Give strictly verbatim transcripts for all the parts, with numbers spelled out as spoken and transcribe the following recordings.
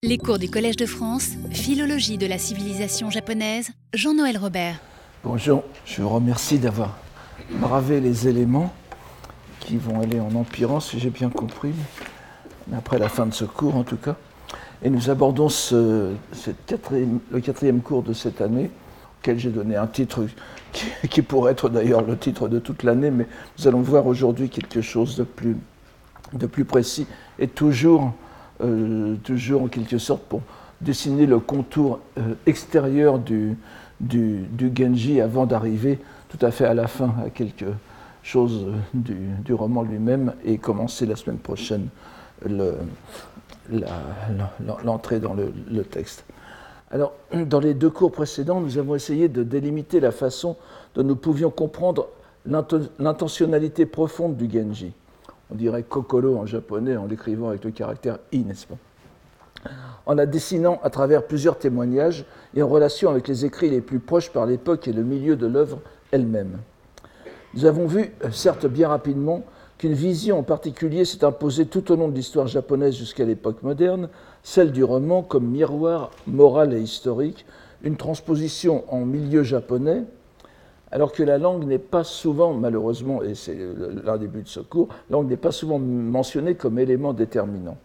Les cours du Collège de France, Philologie de la civilisation japonaise, Jean-Noël Robert. Bonjour, je vous remercie d'avoir bravé les éléments qui vont aller en empirant, si j'ai bien compris, mais après la fin de ce cours en tout cas. Et nous abordons ce, cette quatrième, le quatrième cours de cette année, auquel j'ai donné un titre qui, qui pourrait être d'ailleurs le titre de toute l'année, mais nous allons voir aujourd'hui quelque chose de plus, de plus précis et toujours, euh, toujours en quelque sorte pour dessiner le contour euh, extérieur du, du, du Genji avant d'arriver tout à fait à la fin à quelque chose du, du roman lui-même et commencer la semaine prochaine le, la, la, l'entrée dans le, le texte. Alors, dans les deux cours précédents, nous avons essayé de délimiter la façon dont nous pouvions comprendre l'intentionnalité profonde du Genji. On dirait kokoro en japonais en l'écrivant avec le caractère i, n'est-ce pas ? En la dessinant à travers plusieurs témoignages et en relation avec les écrits les plus proches par l'époque et le milieu de l'œuvre elle-même. Nous avons vu, certes bien rapidement, qu'une vision en particulier s'est imposée tout au long de l'histoire japonaise jusqu'à l'époque moderne, celle du roman comme miroir moral et historique, une transposition en milieu japonais, alors que la langue n'est pas souvent, malheureusement, et c'est l'un des buts de ce cours, la langue n'est pas souvent mentionnée comme élément déterminant.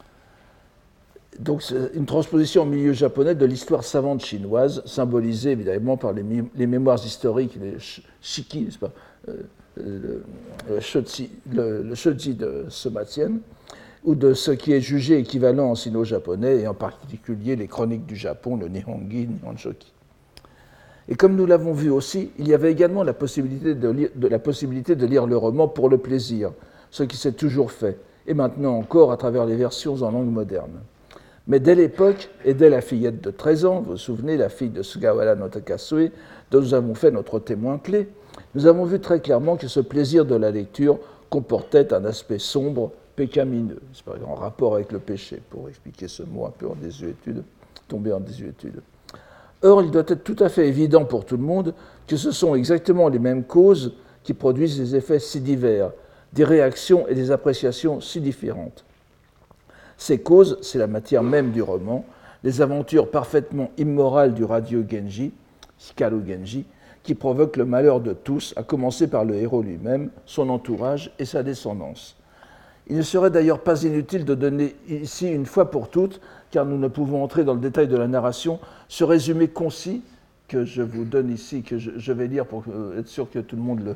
Donc c'est une transposition en milieu japonais de l'histoire savante chinoise, symbolisée évidemment par les, mé- les mémoires historiques, les shiki, n'est-ce pas, euh, le, le, shoji, le, le shoji de Somatien, ou de ce qui est jugé équivalent en sino-japonais, et en particulier les chroniques du Japon, le Nihongi, Nihonshoki. Et comme nous l'avons vu aussi, il y avait également la possibilité de lire, de, la possibilité de lire le roman pour le plaisir, ce qui s'est toujours fait, et maintenant encore à travers les versions en langue moderne. Mais dès l'époque, et dès la fillette de treize ans, vous vous souvenez, la fille de Sugawara no Takasue, dont nous avons fait notre témoin clé, nous avons vu très clairement que ce plaisir de la lecture comportait un aspect sombre, pécamineux, c'est en rapport avec le péché, pour expliquer ce mot un peu en désuétude, tombé en désuétude. Or, il doit être tout à fait évident pour tout le monde que ce sont exactement les mêmes causes qui produisent des effets si divers, des réactions et des appréciations si différentes. Ces causes, c'est la matière même du roman, les aventures parfaitement immorales du radieux Genji, Hikaru Genji, qui provoquent le malheur de tous, à commencer par le héros lui-même, son entourage et sa descendance. Il ne serait d'ailleurs pas inutile de donner ici, une fois pour toutes, car nous ne pouvons entrer dans le détail de la narration, ce résumé concis que je vous donne ici, que je, je vais lire pour être sûr que tout le monde le...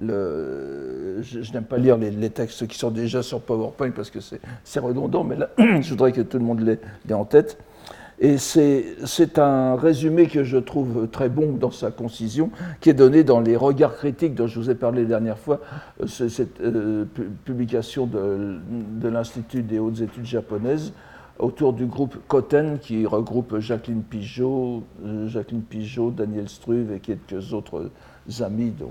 le je, je n'aime pas lire les, les textes qui sont déjà sur PowerPoint parce que c'est, c'est redondant, mais là, je voudrais que tout le monde l'ait, l'ait en tête. Et c'est, c'est un résumé que je trouve très bon dans sa concision, qui est donné dans les regards critiques dont je vous ai parlé la dernière fois, c'est cette euh, publication de, de l'Institut des hautes études japonaises, autour du groupe Koten, qui regroupe Jacqueline Pigeot, Jacqueline Pigeot, Daniel Struve et quelques autres amis dont,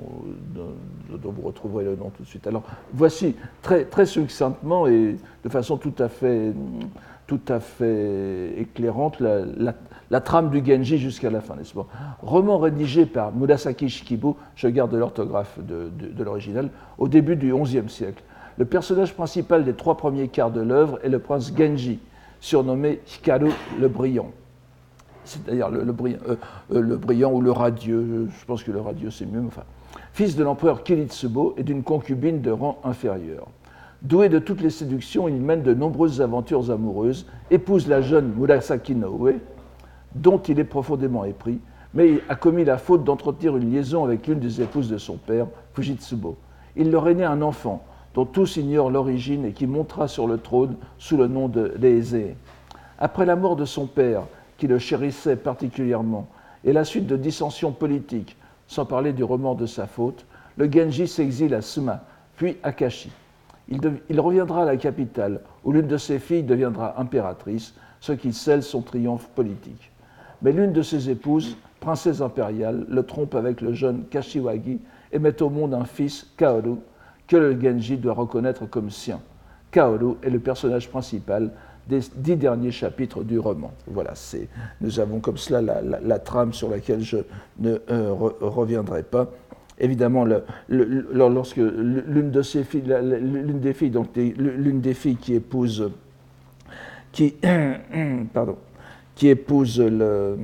dont, dont vous retrouverez le nom tout de suite. Alors, voici très, très succinctement et de façon tout à fait, tout à fait éclairante la, la, la trame du Genji jusqu'à la fin, n'est-ce pas ? Roman rédigé par Murasaki Shikibu, je garde l'orthographe de, de, de l'original, au début du onzième siècle. Le personnage principal des trois premiers quarts de l'œuvre est le prince Genji, surnommé Hikaru le Brillant, c'est-à-dire le, le, brillant, euh, euh, le brillant ou le radieux, je pense que le radieux c'est mieux, enfin, fils de l'empereur Kiritsubo et d'une concubine de rang inférieur. Doué de toutes les séductions, il mène de nombreuses aventures amoureuses, épouse la jeune Murasaki no Ue, dont il est profondément épris, mais il a commis la faute d'entretenir une liaison avec l'une des épouses de son père, Fujitsubo. Il leur est né un enfant, dont tous ignorent l'origine et qui montera sur le trône sous le nom de Leizé. Après la mort de son père, qui le chérissait particulièrement, et la suite de dissensions politiques, sans parler du remords de sa faute, le Genji s'exile à Suma, puis à Kashi. Il, de, il reviendra à la capitale, où l'une de ses filles deviendra impératrice, ce qui scelle son triomphe politique. Mais l'une de ses épouses, princesse impériale, le trompe avec le jeune Kashiwagi et met au monde un fils, Kaoru, que le Genji doit reconnaître comme sien. Kaoru est le personnage principal des dix derniers chapitres du roman. Voilà, c'est, nous avons comme cela la, la, la trame sur laquelle je ne euh, re, reviendrai pas. Évidemment, le, le, le, lorsque l'une de ces filles, l'une des filles, donc l'une des filles qui épouse qui, pardon, qui épouse le,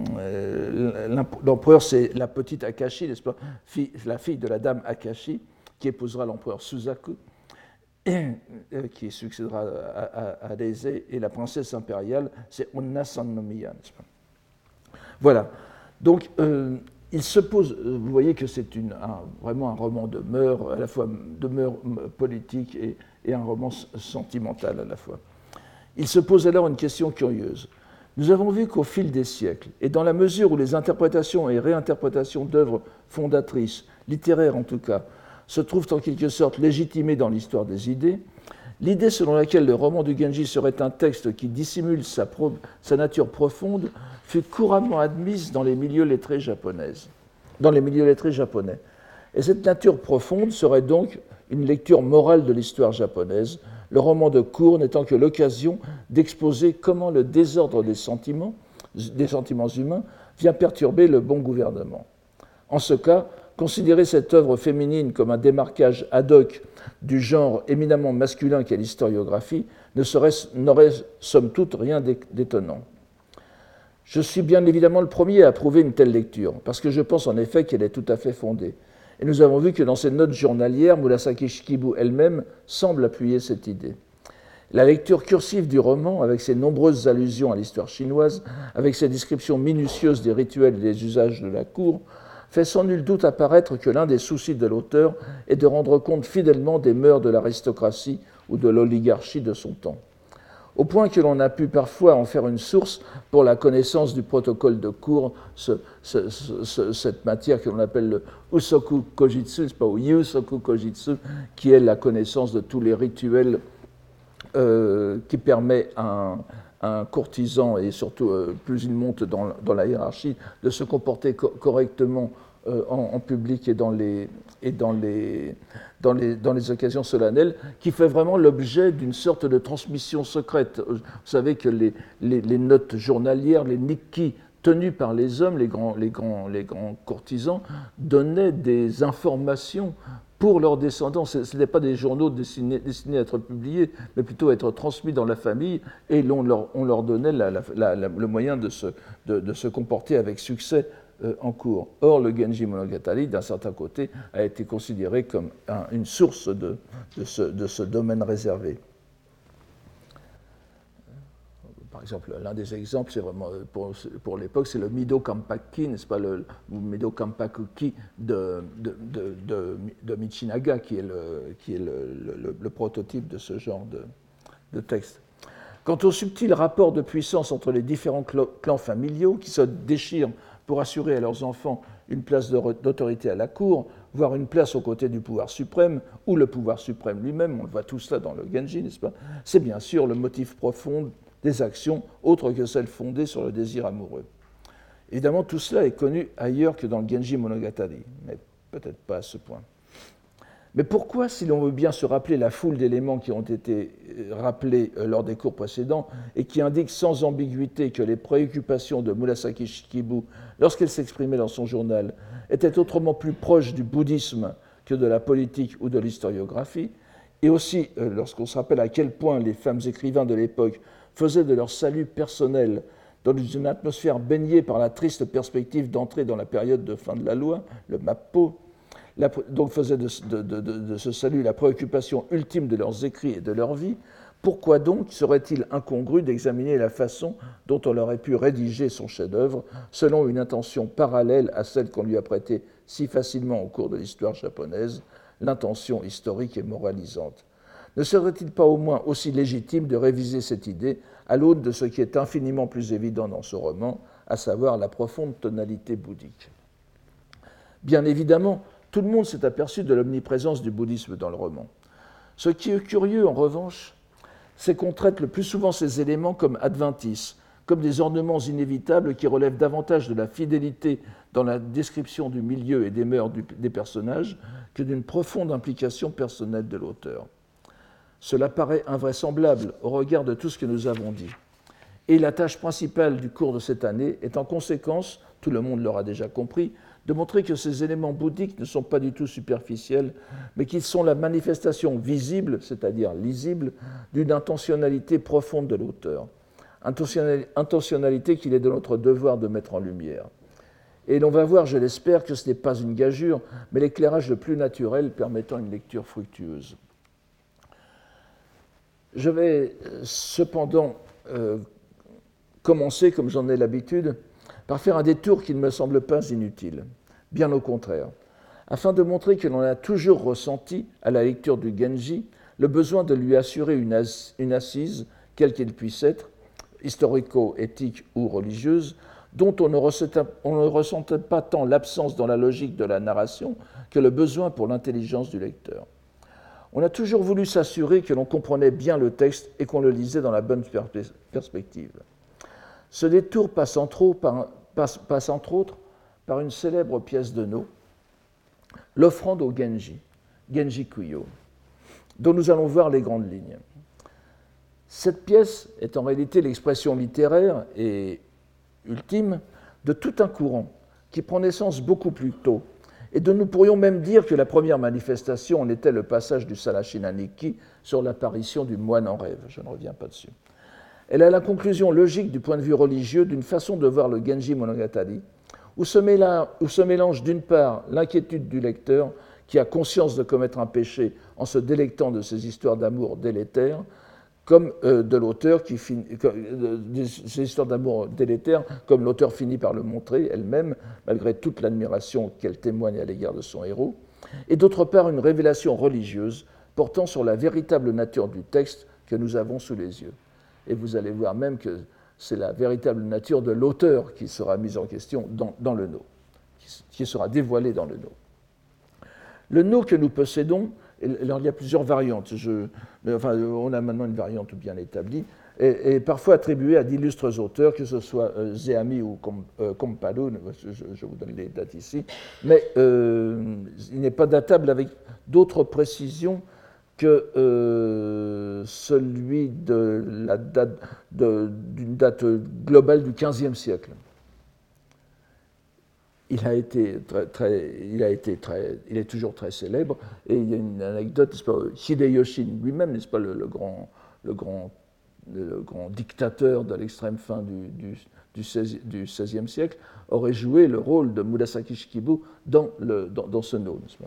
euh, l'empereur, c'est la petite Akashi, n'est-ce pas, fille, la fille de la dame Akashi, qui épousera l'empereur Suzaku, et, euh, qui succédera à, à, à Deise, et la princesse impériale, c'est Onna Sannomiya, n'est-ce pas. Voilà. Donc, euh, il se pose, vous voyez que c'est une, un, vraiment un roman de mœurs, à la fois de mœurs politiques et, et un roman sentimental à la fois. Il se pose alors une question curieuse. Nous avons vu qu'au fil des siècles, et dans la mesure où les interprétations et réinterprétations d'œuvres fondatrices, littéraires en tout cas, se trouvent en quelque sorte légitimées dans l'histoire des idées, l'idée selon laquelle le roman du Genji serait un texte qui dissimule sa, pro- sa nature profonde fut couramment admise dans les milieux lettrés japonaises, dans les milieux lettrés japonais. Et cette nature profonde serait donc une lecture morale de l'histoire japonaise, le roman de cour n'étant que l'occasion d'exposer comment le désordre des sentiments, des sentiments humains vient perturber le bon gouvernement. En ce cas, considérer cette œuvre féminine comme un démarquage ad hoc du genre éminemment masculin qu'est l'historiographie ne serait, n'aurait somme toute rien d'étonnant. Je suis bien évidemment le premier à approuver une telle lecture, parce que je pense en effet qu'elle est tout à fait fondée. Et nous avons vu que dans ses notes journalières, Murasaki Shikibu elle-même semble appuyer cette idée. La lecture cursive du roman, avec ses nombreuses allusions à l'histoire chinoise, avec ses descriptions minutieuses des rituels et des usages de la cour, fait sans nul doute apparaître que l'un des soucis de l'auteur est de rendre compte fidèlement des mœurs de l'aristocratie ou de l'oligarchie de son temps. Au point que l'on a pu parfois en faire une source pour la connaissance du protocole de cour, ce, ce, ce, cette matière que l'on appelle le Usoku Kojitsu, c'est pas ou Yusoku Kojitsu, qui est la connaissance de tous les rituels euh, qui permet à un, un courtisan, et surtout euh, plus il monte dans, dans la hiérarchie, de se comporter co- correctement euh, en, en public et dans les... et dans les Dans les, dans les occasions solennelles, qui fait vraiment l'objet d'une sorte de transmission secrète. Vous savez que les, les, les notes journalières, les nikki tenus par les hommes, les grands, les grands, les grands courtisans, donnaient des informations pour leurs descendants. Ce n'étaient pas des journaux destinés, destinés à être publiés, mais plutôt à être transmis dans la famille, et on leur, on leur donnait la, la, la, la, le moyen de se, de, de se comporter avec succès en cours. Or, le Genji Monogatari, d'un certain côté, a été considéré comme un, une source de, de, ce, de ce domaine réservé. Par exemple, l'un des exemples, c'est vraiment pour, pour l'époque, c'est le Mido Kampaki, n'est-ce pas, le, le Mido Kampakuki de, de, de, de, de Michinaga, qui est le, qui est le, le, le prototype de ce genre de, de texte. Quant au subtil rapport de puissance entre les différents clans familiaux qui se déchirent pour assurer à leurs enfants une place d'autorité à la cour, voire une place aux côtés du pouvoir suprême, ou le pouvoir suprême lui-même, on le voit tout cela dans le Genji, n'est-ce pas? C'est bien sûr le motif profond des actions, autre que celles fondées sur le désir amoureux. Évidemment, tout cela est connu ailleurs que dans le Genji Monogatari, mais peut-être pas à ce point. Mais pourquoi, si l'on veut bien se rappeler la foule d'éléments qui ont été rappelés lors des cours précédents et qui indiquent sans ambiguïté que les préoccupations de Murasaki Shikibu, lorsqu'elle s'exprimait dans son journal, étaient autrement plus proches du bouddhisme que de la politique ou de l'historiographie, et aussi lorsqu'on se rappelle à quel point les femmes écrivains de l'époque faisaient de leur salut personnel dans une atmosphère baignée par la triste perspective d'entrer dans la période de fin de la loi, le Mappo, La, donc faisait de, de, de, de ce salut la préoccupation ultime de leurs écrits et de leur vie, pourquoi donc serait-il incongru d'examiner la façon dont on aurait pu rédiger son chef-d'œuvre selon une intention parallèle à celle qu'on lui a prêtée si facilement au cours de l'histoire japonaise, l'intention historique et moralisante? Ne serait-il pas au moins aussi légitime de réviser cette idée à l'aune de ce qui est infiniment plus évident dans ce roman, à savoir la profonde tonalité bouddhique? Bien évidemment, tout le monde s'est aperçu de l'omniprésence du bouddhisme dans le roman. Ce qui est curieux, en revanche, c'est qu'on traite le plus souvent ces éléments comme adventices, comme des ornements inévitables qui relèvent davantage de la fidélité dans la description du milieu et des mœurs du, des personnages que d'une profonde implication personnelle de l'auteur. Cela paraît invraisemblable au regard de tout ce que nous avons dit. Et la tâche principale du cours de cette année est en conséquence, tout le monde l'aura déjà compris, de montrer que ces éléments bouddhiques ne sont pas du tout superficiels, mais qu'ils sont la manifestation visible, c'est-à-dire lisible, d'une intentionnalité profonde de l'auteur, intentionnalité qu'il est de notre devoir de mettre en lumière. Et l'on va voir, je l'espère, que ce n'est pas une gageure, mais l'éclairage le plus naturel permettant une lecture fructueuse. Je vais cependant euh, commencer, comme j'en ai l'habitude, par faire un détour qui ne me semble pas inutile, bien au contraire, afin de montrer que l'on a toujours ressenti, à la lecture du Genji, le besoin de lui assurer une, as, une assise, quelle qu'elle puisse être, historico-éthique ou religieuse, dont on ne, ressentait, on ne ressentait pas tant l'absence dans la logique de la narration que le besoin pour l'intelligence du lecteur. On a toujours voulu s'assurer que l'on comprenait bien le texte et qu'on le lisait dans la bonne perspective. Ce détour passe entre, par, passe, passe entre autres par une célèbre pièce de No, l'offrande au Genji, Genji Kuyo, dont nous allons voir les grandes lignes. Cette pièce est en réalité l'expression littéraire et ultime de tout un courant qui prend naissance beaucoup plus tôt et dont nous pourrions même dire que la première manifestation en était le passage du Sarashina Nikki sur l'apparition du moine en rêve. Je ne reviens pas dessus. Elle est la conclusion logique du point de vue religieux d'une façon de voir le Genji Monogatari, où se mélange, où se mélange d'une part l'inquiétude du lecteur qui a conscience de commettre un péché en se délectant de ces histoires d'amour délétères, comme euh, de l'auteur qui finit, euh, ces histoires d'amour délétères, comme l'auteur finit par le montrer elle-même, malgré toute l'admiration qu'elle témoigne à l'égard de son héros, et d'autre part une révélation religieuse portant sur la véritable nature du texte que nous avons sous les yeux. Et vous allez voir même que c'est la véritable nature de l'auteur qui sera mise en question dans, dans le No, qui, qui sera dévoilée dans le No. Le No que nous possédons, alors il y a plusieurs variantes, je, enfin, on a maintenant une variante bien établie, et, et parfois attribuée à d'illustres auteurs, que ce soit euh, Zeami ou Kompalo, euh, je, je vous donne les dates ici, mais euh, il n'est pas datable avec d'autres précisions que euh, celui de la date de, d'une date globale du quinzième siècle. Il a été très, très, il a été très, il est toujours très célèbre. Et il y a une anecdote, n'est-ce pas, Hideyoshi lui-même, n'est-ce pas, le, le, grand, le, grand, le grand dictateur de l'extrême fin du, du, du, seizième, du seizième siècle, aurait joué le rôle de Murasaki Shikibu dans, le, dans, dans ce No, n'est-ce pas.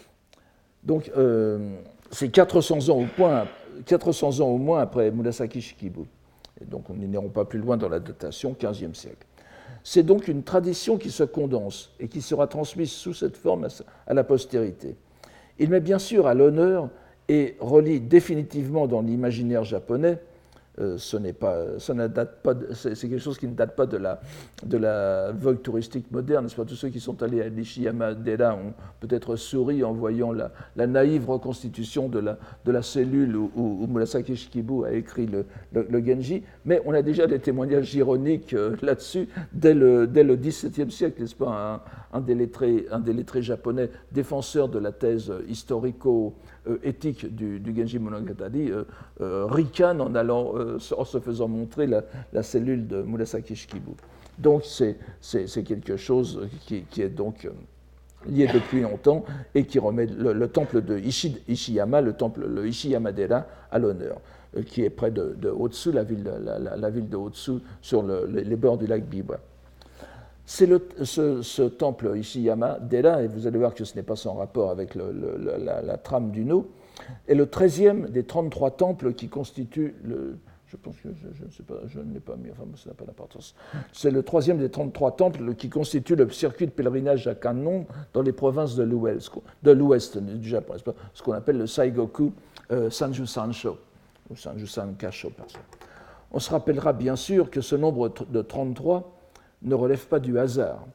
Donc, euh, c'est quatre cents ans au point, quatre cents ans au moins après Murasaki Shikibu. Et donc, nous n'irons pas plus loin dans la datation, quinzième siècle. C'est donc une tradition qui se condense et qui sera transmise sous cette forme à la postérité. Il met bien sûr à l'honneur et relie définitivement dans l'imaginaire japonais, euh, ce n'est pas, ça ne date pas de, c'est, c'est quelque chose qui ne date pas de la, de la vogue touristique moderne, n'est-ce pas ? Tous ceux qui sont allés à l'Ishiyama-dera ont peut-être souri en voyant la, la naïve reconstitution de la, de la cellule où, où Murasaki Shikibu a écrit le, le, le Genji, mais on a déjà des témoignages ironiques euh, là-dessus dès le, dès le dix-septième siècle, n'est-ce pas ? Un, un, des lettrés, un des lettrés japonais défenseur de la thèse historico éthique du, du Genji Monogatari euh, euh, ricane en, allant, euh, en se faisant montrer la, la cellule de Murasaki Shikibu. Donc c'est, c'est, c'est quelque chose qui, qui est donc euh, lié depuis longtemps et qui remet le, le temple de Ishi, Ishiyama, le temple, le Ishiyama-dera, à l'honneur, euh, qui est près de, de Otsu, la ville de, la, la, la ville de Otsu, sur le, les, les bords du lac Biwa. C'est le, ce, ce temple Ishiyama-dera, et vous allez voir que ce n'est pas sans rapport avec le, le, la, la trame du No, est le treizième des trente-trois temples qui constituent le... Je pense que je, je ne sais pas, je ne l'ai pas mis, enfin ça n'a pas d'importance. C'est le troisième des trente-trois temples qui constituent le circuit de pèlerinage à Kannon dans les provinces de l'ouest, de l'ouest du Japon, ce qu'on appelle le Saigoku euh, Sanju Sansho, ou Sanju Sankasho. On se rappellera bien sûr que ce nombre de trente-trois ne relève pas du hasard,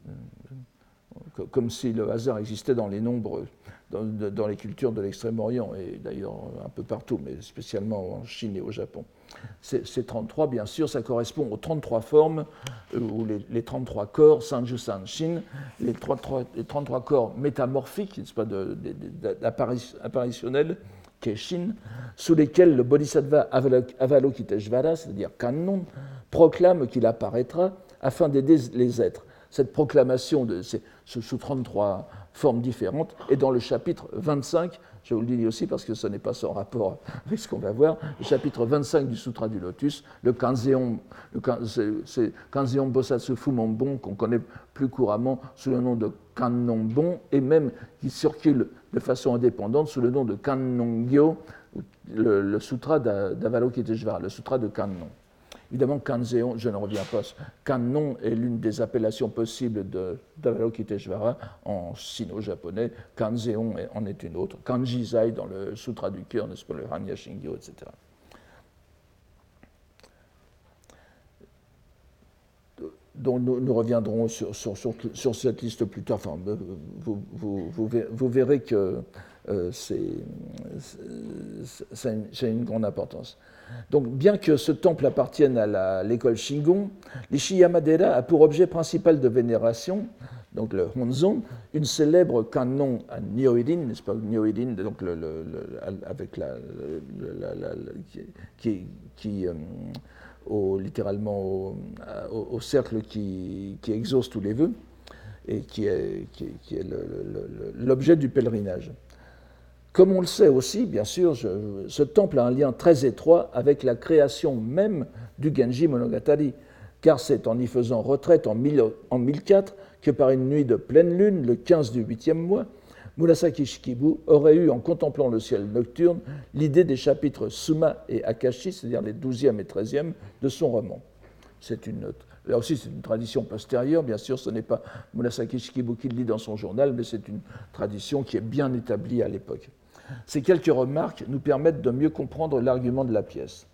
comme si le hasard existait dans les nombres, dans, dans les cultures de l'Extrême-Orient, et d'ailleurs un peu partout, mais spécialement en Chine et au Japon. Ces, ces trente-trois, bien sûr, ça correspond aux trente-trois formes, ou les, les trente-trois corps, Sanju Sanshin, les trente-trois, les trente-trois corps métamorphiques, n'est-ce pas, de, de, de, apparitionnels, Keshin, sous lesquels le Bodhisattva Avalokiteshvara, c'est-à-dire Kannon, proclame qu'il apparaîtra afin d'aider les êtres. cette proclamation de, c'est, sous trente-trois formes différentes, est dans le chapitre vingt-cinq, je vous le dis aussi parce que ce n'est pas sans rapport avec ce qu'on va voir, le chapitre vingt-cinq du Sutra du Lotus, le Kanzeon, le, c'est Kanzeon Bosatsu Fumonbon, qu'on connaît plus couramment sous le nom de Kannonbon, et même qui circule de façon indépendante sous le nom de Kannongyo, le, le Sutra d'Avalokiteshvara, le Sutra de Kannon. Évidemment, Kanzeon, je ne reviens pas, Kannon est l'une des appellations possibles d'Avalokiteshvara en sino-japonais, Kanzeon en est une autre, Kanjizai dans le Sutra du cœur, n'est-ce pas, le Ranya Shingyo, et cetera. Donc nous, nous reviendrons sur, sur, sur, sur cette liste plus tard. Enfin, vous, vous, vous, vous verrez que euh, c'est une, une grande importance. Donc, bien que ce temple appartienne à l'école Shingon, l'Ishiyama-dera a pour objet principal de vénération, donc le Honzon, une célèbre kannon à Nyoirin, n'est-ce pas, Nyoirin, donc le, le, le, avec la, la, la, la qui, qui euh, au, littéralement au, au, au cercle qui, qui exauce tous les vœux et qui est, qui, qui est l'objet du pèlerinage. Comme on le sait aussi, bien sûr, je, ce temple a un lien très étroit avec la création même du Genji Monogatari, car c'est en y faisant retraite en, mille, en mille quatre que par une nuit de pleine lune, le quinze du huitième mois, Murasaki Shikibu aurait eu, en contemplant le ciel nocturne, l'idée des chapitres Suma et Akashi, c'est-à-dire les douzième et treizième de son roman. C'est une, là aussi, c'est une tradition postérieure, bien sûr, ce n'est pas Murasaki Shikibu qui le lit dans son journal, mais c'est une tradition qui est bien établie à l'époque. Ces quelques remarques nous permettent de mieux comprendre l'argument de la pièce.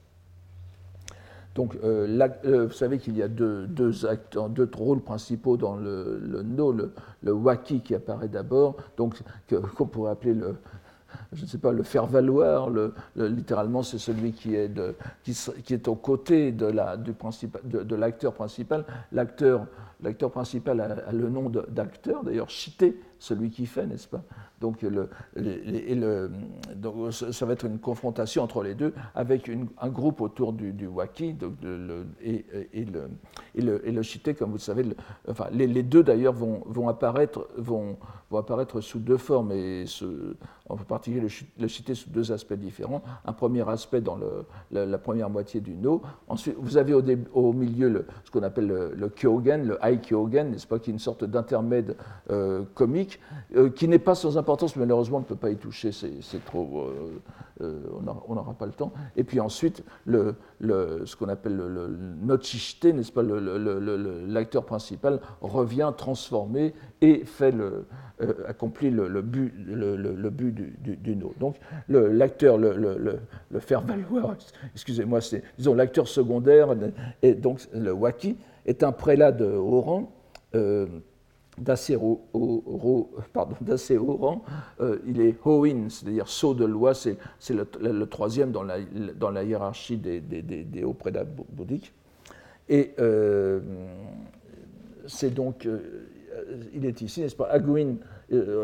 Donc, euh, la, euh, vous savez qu'il y a deux, deux, acteurs, deux rôles principaux dans le, le no, le, le waki qui apparaît d'abord, donc qu'on pourrait appeler le, je ne sais pas, le faire-valoir, le, le, littéralement c'est celui qui est, de, qui, qui est aux côtés de l'acteur principal. L'acteur L'acteur principal a, a le nom d'acteur, d'ailleurs Shite, celui qui fait, n'est-ce pas? Donc, le, le, le, donc, ça va être une confrontation entre les deux, avec une, un groupe autour du, du waki donc de, le, et, et, le, et, le, et le Shite, comme vous le savez. Le, enfin, les, les deux d'ailleurs vont, vont, apparaître, vont, vont apparaître sous deux formes, et ce, en particulier le, le Shite sous deux aspects différents. Un premier aspect dans le, la, la première moitié du no. Ensuite, vous avez au, début, au milieu le, ce qu'on appelle le, le kyogen, le Kyogen, n'est-ce pas, qui est une sorte d'intermède euh, comique, euh, qui n'est pas sans importance, mais malheureusement on ne peut pas y toucher, c'est trop, euh, euh, on n'aura pas le temps. Et puis ensuite, le, le, ce qu'on appelle le, le Nochishite, n'est-ce pas, l'acteur principal revient transformé et fait le, euh, accomplit le, le but, le, le, le but du, du, du no. Donc l'acteur, le, le, le, le faire valoir, excusez-moi, c'est disons l'acteur secondaire, et donc le waki, est un prélat de haut rang, euh, d'assez haut, haut, d'assez haut rang. Euh, il est hoin, c'est-à-dire sceau de loi, c'est le, le, le troisième dans la, dans la hiérarchie des, des, des, des hauts prélats bouddhiques. Et euh, c'est donc, euh, il est ici, n'est-ce pas, Aguin, euh,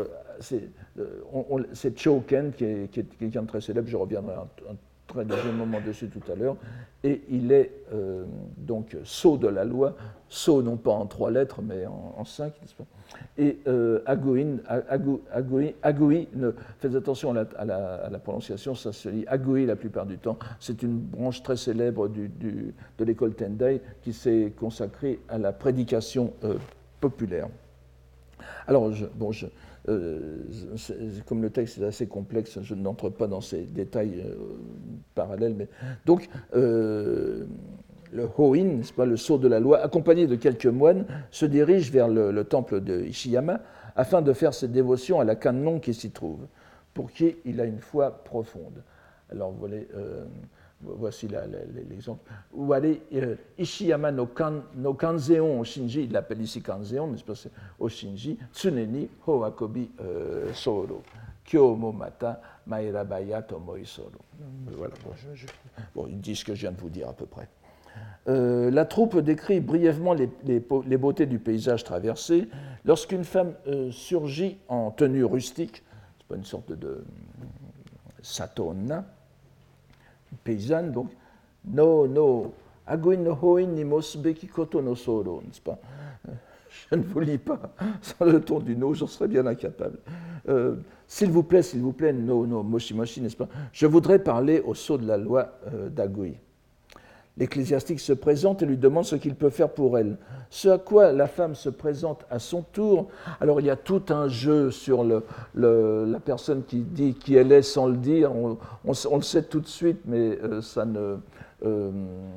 c'est Choken, qui est, qui est quelqu'un de très célèbre, je reviendrai un, un très léger moment dessus tout à l'heure, et il est euh, donc sceau de la loi, sceau non pas en trois lettres, mais en, en cinq, n'est-ce pas? Et euh, Agouin, Agou, Agouin, Agouin, faites attention à la, à, la, à la prononciation, ça se lit Agouin la plupart du temps, c'est une branche très célèbre du, du, de l'école Tendai qui s'est consacrée à la prédication euh, populaire. Alors, je, bon, je, Euh, comme le texte est assez complexe, je n'entre pas dans ces détails euh, parallèles. Mais... Donc, euh, le Hoin, n'est-ce pas, le sceau de la loi, accompagné de quelques moines, se dirige vers le, le temple de Ishiyama afin de faire ses dévotions à la Kannon qui s'y trouve, pour qui il a une foi profonde. Alors, vous voyez, euh, voici l'exemple. Où aller euh, Ishiyama no, kan, no Kanzeon au Shinji, il l'appelle ici Kanzeon, mais c'est au Shinji, Tsuneni ho akobi euh, soro, kyo mo mata mairabaya tomoi soro. Voilà, bon, je, je, bon, ils disent ce que je viens de vous dire à peu près. Euh, la troupe décrit brièvement les, les, les beautés du paysage traversé lorsqu'une femme euh, surgit en tenue rustique, c'est pas une sorte de, de satona, paysanne, donc, no, no, aguin no hoin ni mosbeki koto no soro, n'est-ce pas? je ne vous lis pas sans le ton du no, j'en serais bien incapable. Euh, s'il vous plaît, s'il vous plaît, no, no, moshi, moshi, n'est-ce pas? Je voudrais parler au sceau de la loi euh, d'Agui. L'ecclésiastique se présente et lui demande ce qu'il peut faire pour elle. Ce à quoi la femme se présente à son tour. Alors il y a tout un jeu sur le, le, la personne qui dit qui elle est sans le dire. On, on, on le sait tout de suite, mais euh, ça ne... Euh,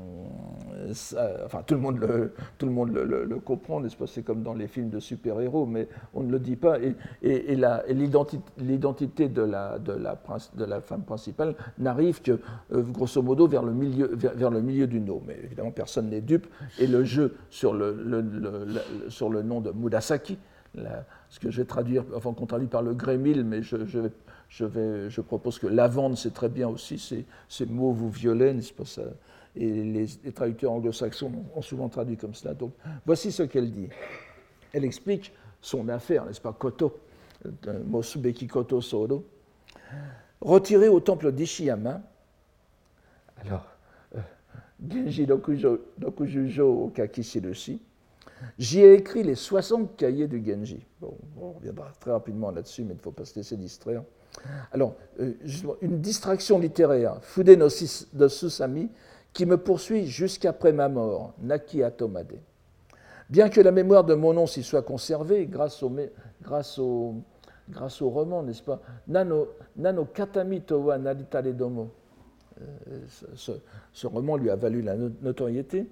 ça, enfin, tout le monde le, tout le, monde le, le, le comprend, n'est-ce pas? C'est comme dans les films de super-héros, mais on ne le dit pas. Et, et, et, la, et l'identité, l'identité de la, de, la, de la femme principale n'arrive que, euh, grosso modo, vers le milieu, vers, vers le milieu du no. Mais évidemment, personne n'est dupe. Et le jeu sur le, le, le, le, sur le nom de Murasaki, la, ce que je vais traduire, enfin qu'on traduit par le grémil, mais je, je, je, vais, je propose que lavande, c'est très bien aussi, c'est, c'est mauve ou violet, n'est-ce pas ça? Et les, les traducteurs anglo-saxons ont souvent traduit comme cela. Donc, voici ce qu'elle dit. Elle explique son affaire, n'est-ce pas, Koto, Mosubeki Koto Sodo, retiré au temple d'Ishiyama. Alors, euh, Genji Dokujo, Dokujujo Kakishirushi. J'y ai écrit les soixante cahiers du Genji. Bon, on reviendra très rapidement là-dessus, mais il ne faut pas se laisser distraire. Alors, euh, une distraction littéraire, Fude no Susami, qui me poursuit jusqu'après ma mort, Naki Atomade. Bien que la mémoire de mon nom s'y soit conservée, grâce au, grâce au, grâce au roman, n'est-ce pas, Nano, Nano Katami Towa Naritare Domo. Euh, ce, ce roman lui a valu la notoriété.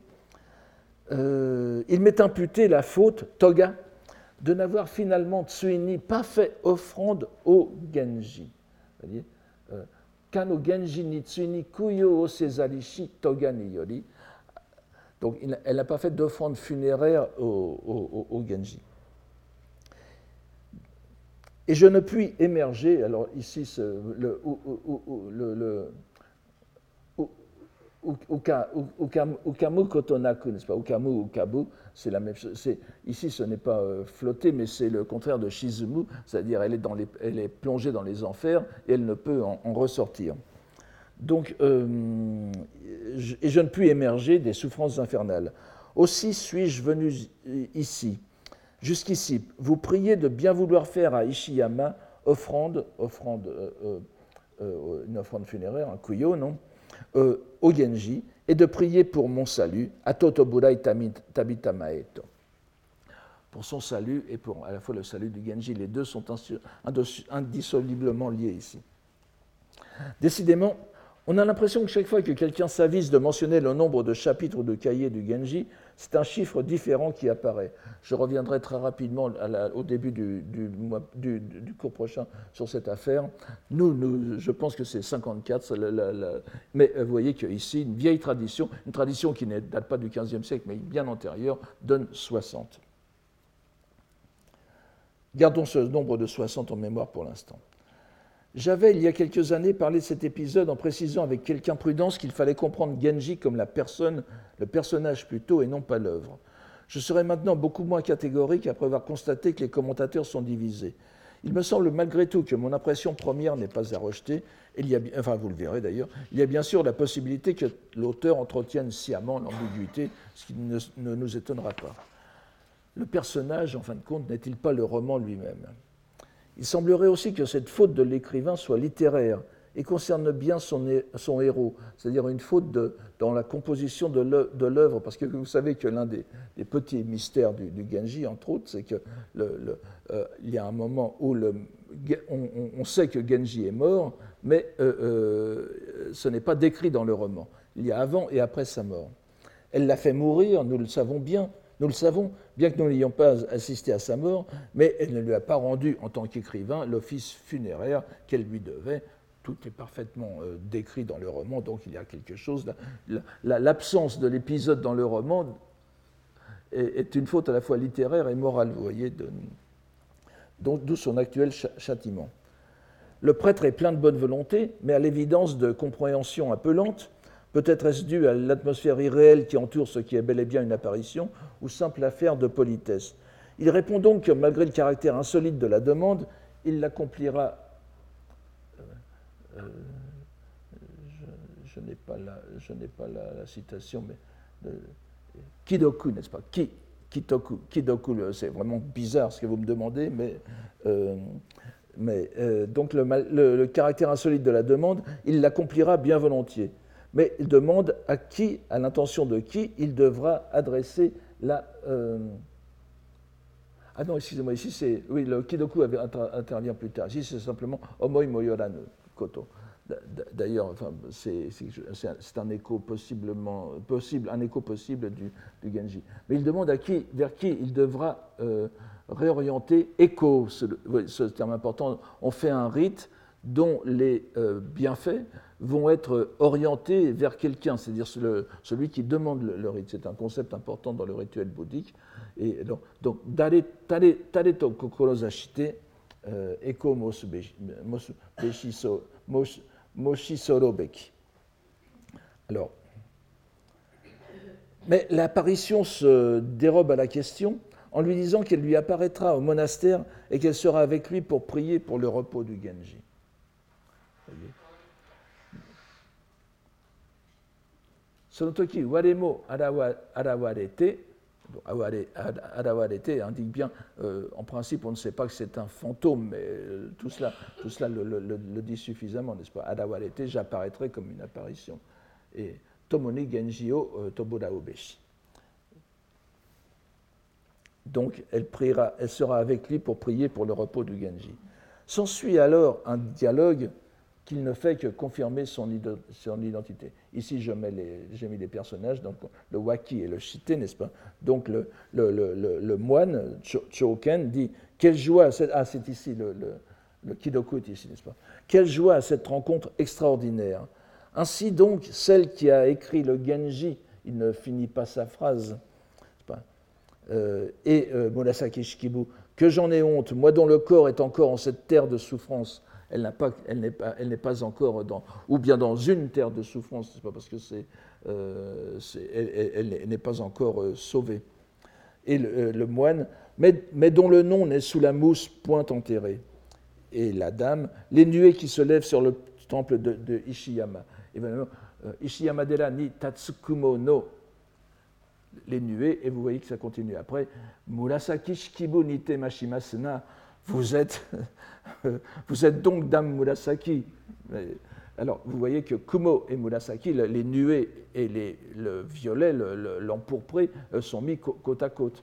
Euh, il m'est imputé la faute, Toga, de n'avoir finalement Tsuini pas fait offrande au Genji. Vous voyez, euh, Kano Genji ni Tsuini kuyo o sezarishi Toga ni yori. Donc elle n'a pas fait d'offrande funéraire au, au, au Genji. Et je ne puis émerger, alors ici ce, le, le, le Ukamu kotonaku, n'est-ce pas? Ukamu, ukabu, c'est la même chose. C'est, ici, ce n'est pas euh, flotter, mais c'est le contraire de shizumu, c'est-à-dire elle est, dans les, elle est plongée dans les enfers et elle ne peut en, en ressortir. Donc, euh, je, et je ne puis émerger des souffrances infernales. Aussi suis-je venu ici, jusqu'ici, vous prier de bien vouloir faire à Ishiyama offrande, offrande, euh, euh, euh, une offrande funéraire, un kuyo, non? Euh, au Genji, et de prier pour mon salut, à Totoburai Tabitamaeto. Pour son salut et pour à la fois le salut du Genji, les deux sont indissolublement liés ici. Décidément, on a l'impression que chaque fois que quelqu'un s'avise de mentionner le nombre de chapitres ou de cahiers du Genji, c'est un chiffre différent qui apparaît. Je reviendrai très rapidement à la, au début du, du, du, du cours prochain sur cette affaire. Nous, nous je pense que c'est cinquante-quatre, la, la, la, mais vous voyez qu'ici, une vieille tradition, une tradition qui ne date pas du quinzième siècle, mais bien antérieure, donne soixante. Gardons ce nombre de soixante en mémoire pour l'instant. J'avais, il y a quelques années, parlé de cet épisode en précisant avec quelque imprudence qu'il fallait comprendre Genji comme la personne, le personnage plutôt, et non pas l'œuvre. Je serai maintenant beaucoup moins catégorique après avoir constaté que les commentateurs sont divisés. Il me semble malgré tout que mon impression première n'est pas à rejeter. Il y a, enfin, vous le verrez d'ailleurs. Il y a bien sûr la possibilité que l'auteur entretienne sciemment l'ambiguïté, ce qui ne, ne nous étonnera pas. Le personnage, en fin de compte, n'est-il pas le roman lui-même ? Il semblerait aussi que cette faute de l'écrivain soit littéraire et concerne bien son, son héros, c'est-à-dire une faute de, dans la composition de l'œuvre, parce que vous savez que l'un des, des petits mystères du, du Genji, entre autres, c'est qu'il euh, y a un moment où le, on, on sait que Genji est mort, mais euh, euh, ce n'est pas décrit dans le roman. Il y a avant et après sa mort. Elle l'a fait mourir, nous le savons bien, Nous le savons, bien que nous n'ayons pas assisté à sa mort, mais elle ne lui a pas rendu, en tant qu'écrivain, l'office funéraire qu'elle lui devait. Tout est parfaitement euh, décrit dans le roman, donc il y a quelque chose. La, la, l'absence de l'épisode dans le roman est, est une faute à la fois littéraire et morale, vous voyez, de, donc, d'où son actuel ch- châtiment. Le prêtre est plein de bonne volonté, mais à l'évidence de compréhension un peu lente. Peut-être est-ce dû à l'atmosphère irréelle qui entoure ce qui est bel et bien une apparition, ou simple affaire de politesse. Il répond donc que, malgré le caractère insolite de la demande, il l'accomplira. Euh, euh, je, je n'ai pas la, je n'ai pas la, la citation, mais de, Kidoku, n'est-ce pas? Ki, Kitoku, Kidoku, c'est vraiment bizarre ce que vous me demandez, mais, euh, mais euh, donc le, le, le caractère insolite de la demande, il l'accomplira bien volontiers. Mais il demande à qui, à l'intention de qui, il devra adresser la... Euh... Ah non, excusez-moi, ici c'est... Oui, le Kidoku intervient plus tard. Ici c'est simplement Omoi Moyoranu Koto. D'ailleurs, enfin, c'est un écho possiblement possible, un écho possible du, du Genji. Mais il demande à qui, vers qui il devra euh, réorienter Eko, ce, ce terme important. On fait un rite dont les euh, bienfaits vont être orientés vers quelqu'un, c'est-à-dire celui qui demande le, le rite. C'est un concept important dans le rituel bouddhique. Et donc, donc tare, tare, tare to kokoro zashite, Eko mosu beshi so mosu Moshissoro Beki. Alors, mais l'apparition se dérobe à la question en lui disant qu'elle lui apparaîtra au monastère et qu'elle sera avec lui pour prier pour le repos du Genji. Voyez. Sonotoki waremo arawarete. Arawarete indique bien, euh, en principe, on ne sait pas que c'est un fantôme, mais euh, tout cela, tout cela le, le, le, le dit suffisamment, n'est-ce pas? Arawarete, j'apparaîtrai comme une apparition. Et Tomoni Genjio euh, Tobora Obeshi. Donc, elle, priera, elle sera avec lui pour prier pour le repos du Genji. S'ensuit alors un dialogue qu'il ne fait que confirmer son, son identité. Ici, j'ai mis les personnages, donc le Waki et le Shite, n'est-ce pas? Donc, le, le, le, le moine, Choken, dit « Quelle joie !» Ah, c'est ici, le, le, le Kidoku est ici, n'est-ce pas? « Quelle joie à cette rencontre extraordinaire !» Ainsi donc, celle qui a écrit le Genji, il ne finit pas sa phrase, n'est-ce pas? Euh, et euh, Murasaki Shikibu, « Que j'en ai honte, moi dont le corps est encore en cette terre de souffrance. » Elle n'est pas, pas, pas encore dans, ou bien dans une terre de souffrance, c'est pas parce que c'est, euh, elle, elle, elle n'est pas encore euh, sauvée. Et le, le moine, mais, mais dont le nom n'est sous la mousse point enterré. Et la dame, les nuées qui se lèvent sur le temple de, de Ishiyama. Évidemment, euh, Ishiyama Dera ni Tatsukumo no, les nuées, et vous voyez que ça continue après. Murasaki Shikibu ni te mashimasuna. Vous êtes, vous êtes donc Dame Murasaki. Alors, vous voyez que Kumo et Murasaki, les nuées et les, le violet, l'empourpré, le, sont mis côte à côte.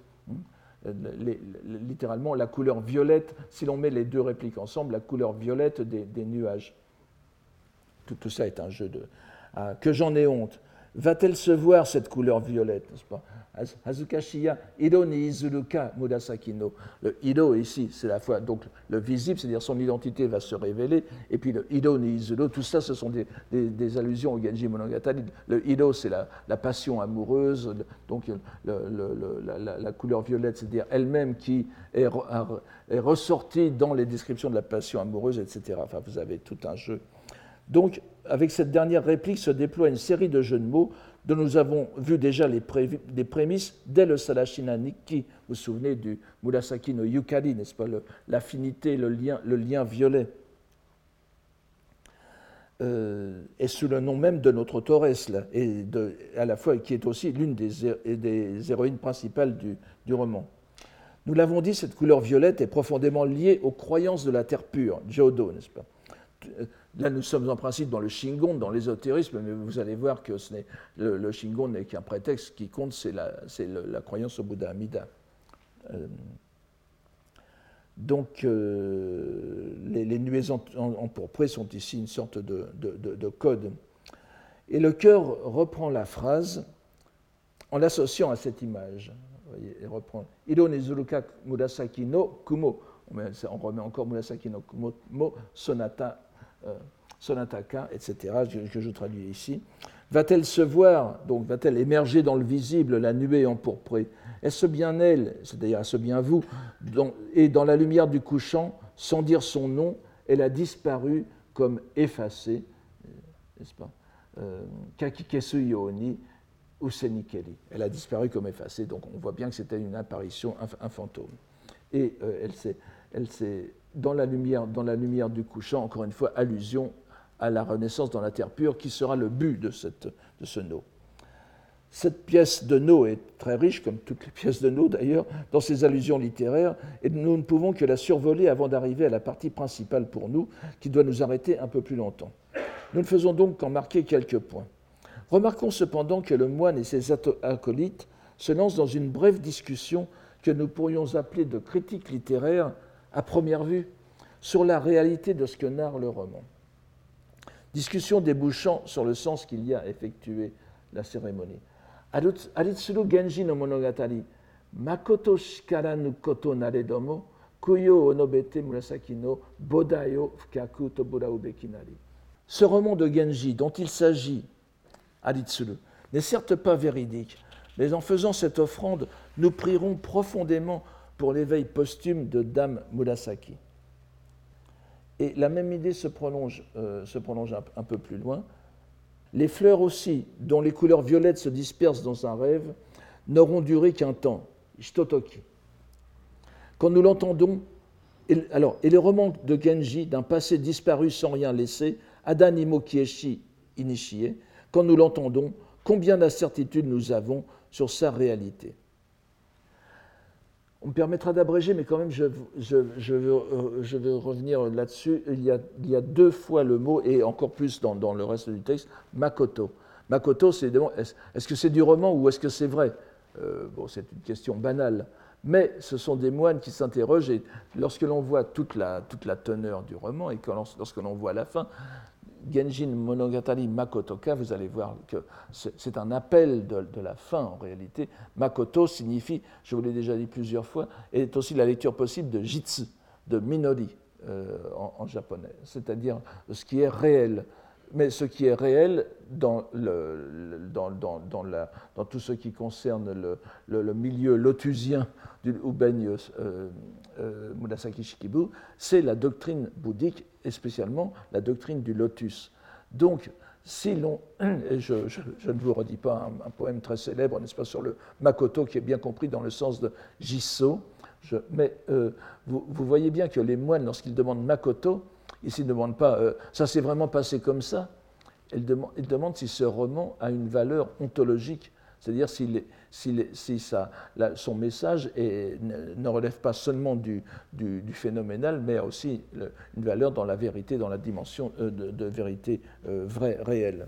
Les, littéralement, la couleur violette, si l'on met les deux répliques ensemble, la couleur violette des, des nuages. Tout, tout ça est un jeu de... Ah, que j'en ai honte. Va-t-elle se voir, cette couleur violette, n'est-ce pas? Hazukashiya, Iro ni izuruka murasaki no. Le Iro ici, c'est la fois, donc le visible, c'est-à-dire son identité va se révéler, et puis le Iro ni izuru, tout ça, ce sont des, des, des allusions au Genji Monogatari. Le Iro, c'est la, la passion amoureuse, donc le, le, le, la, la couleur violette, c'est-à-dire elle-même qui est, est ressortie dans les descriptions de la passion amoureuse, et cetera. Enfin, vous avez tout un jeu. Donc, avec cette dernière réplique se déploie une série de jeux de mots dont nous avons vu déjà les, pré les prémices dès le Sarashina Nikki. Vous vous souvenez du Murasaki no Yukari, n'est-ce pas, l'affinité, le, le, lien, le lien violet. Euh, et sous le nom même de notre autoresse, là, et de, à la fois qui est aussi l'une des, des héroïnes principales du, du roman. Nous l'avons dit, cette couleur violette est profondément liée aux croyances de la terre pure, Jodo, n'est-ce pas? Là, nous sommes en principe dans le Shingon, dans l'ésotérisme, mais vous allez voir que ce n'est, le, le Shingon n'est qu'un prétexte. Qui compte, c'est la, la croyance au Bouddha Amida. Euh, donc, euh, les, les nuées empourprées sont ici une sorte de, de, de, de code. Et le chœur reprend la phrase en l'associant à cette image. Vous voyez, il reprend « Iro nezuruka murasaki no kumo ». On remet encore Murasaki no kumo mo sonata. Euh, Sonataka, et cetera, que, que je traduis ici. Va-t-elle se voir, donc va-t-elle émerger dans le visible, la nuée empourprée? Est-ce bien elle, c'est-à-dire est-ce bien vous, dans, et dans la lumière du couchant, sans dire son nom, elle a disparu comme effacée, n'est-ce pas? Kakikesu yoni usenikeri. Elle a disparu comme effacée, donc on voit bien que c'était une apparition, un, un fantôme. Et euh, elle s'est, elle s'est Dans la, lumière, dans la lumière du couchant, encore une fois, allusion à la renaissance dans la terre pure, qui sera le but de, cette, de ce no. Cette pièce de No est très riche, comme toutes les pièces de No d'ailleurs, dans ses allusions littéraires, et nous ne pouvons que la survoler avant d'arriver à la partie principale pour nous, qui doit nous arrêter un peu plus longtemps. Nous ne faisons donc qu'en marquer quelques points. Remarquons cependant que le moine et ses acolytes se lancent dans une brève discussion que nous pourrions appeler de critique littéraire, à première vue, sur la réalité de ce que narre le roman. Discussion débouchant sur le sens qu'il y a à effectuer la cérémonie. Aritsuru Genji no Monogatari, Makoto shikara nu koto naredomo, kuyo o nobete murasaki no bodai o fukaku toburau beki nari. Ce roman de Genji dont il s'agit, Aritsuru, n'est certes pas véridique, mais en faisant cette offrande, nous prierons profondément pour l'éveil posthume de Dame Murasaki. Et la même idée se prolonge, euh, se prolonge un, un peu plus loin. Les fleurs aussi, dont les couleurs violettes se dispersent dans un rêve, n'auront duré qu'un temps, Shitotoki. Quand nous l'entendons, et, alors, et le roman de Genji, d'un passé disparu sans rien laisser, Adanimo Kieshi Inishie, quand nous l'entendons, combien d'incertitudes nous avons sur sa réalité. On me permettra d'abréger, mais quand même, je, je, je, veux, je veux revenir là-dessus. Il y, a, il y a deux fois le mot, et encore plus dans, dans le reste du texte, Makoto. Makoto, c'est est-ce, est-ce que c'est du roman ou est-ce que c'est vrai? euh, Bon, c'est une question banale, mais ce sont des moines qui s'interrogent, et lorsque l'on voit toute la, toute la teneur du roman, et que l'on, lorsque l'on voit la fin, Genjin Monogatari Makotoka, vous allez voir que c'est un appel de, de la fin en réalité. Makoto signifie, je vous l'ai déjà dit plusieurs fois, est aussi la lecture possible de Jitsu, de Minori euh, en, en japonais, c'est-à-dire ce qui est réel. Mais ce qui est réel dans, le, dans, dans, dans, la, dans tout ce qui concerne le, le, le milieu lotusien où baigne euh, euh, Murasaki Shikibu, c'est la doctrine bouddhique et spécialement la doctrine du lotus. Donc, si l'on, et je, je, je ne vous redis pas un, un poème très célèbre, n'est-ce pas, sur le Makoto, qui est bien compris dans le sens de Jisso, je, mais euh, vous, vous voyez bien que les moines, lorsqu'ils demandent Makoto, ils ne demandent pas euh, ça s'est vraiment passé comme ça. Ils demandent, ils demandent si ce roman a une valeur ontologique, c'est-à-dire si, si, si ça, la, son message est, ne, ne relève pas seulement du, du, du phénoménal, mais a aussi le, une valeur dans la vérité, dans la dimension euh, de, de vérité euh, vraie, réelle.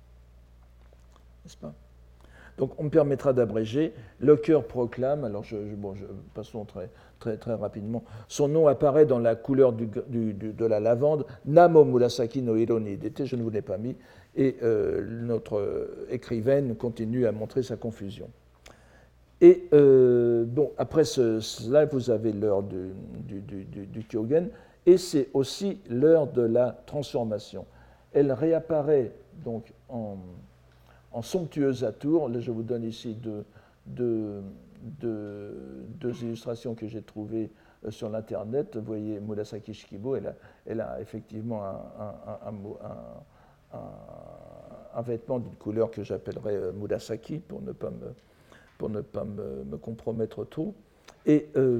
N'est-ce pas? Donc on me permettra d'abréger. Le cœur proclame, alors je, je, bon, je, passons très, très, très rapidement, son nom apparaît dans la couleur du, du, du, de la lavande, Namo Murasaki no Hiro ni Hidete, je ne vous l'ai pas mis, et euh, notre écrivaine continue à montrer sa confusion. Et euh, bon, après ce, cela, vous avez l'heure du, du, du, du, du Kyogen, et c'est aussi l'heure de la transformation. Elle réapparaît donc en... en somptueuse atour. Là, je vous donne ici deux, deux, deux, deux illustrations que j'ai trouvées sur l'Internet. Vous voyez Murasaki Shikibu, elle a, elle a effectivement un, un, un, un, un vêtement d'une couleur que j'appellerais Murasaki pour ne pas me, pour ne pas me, me compromettre trop. Et euh,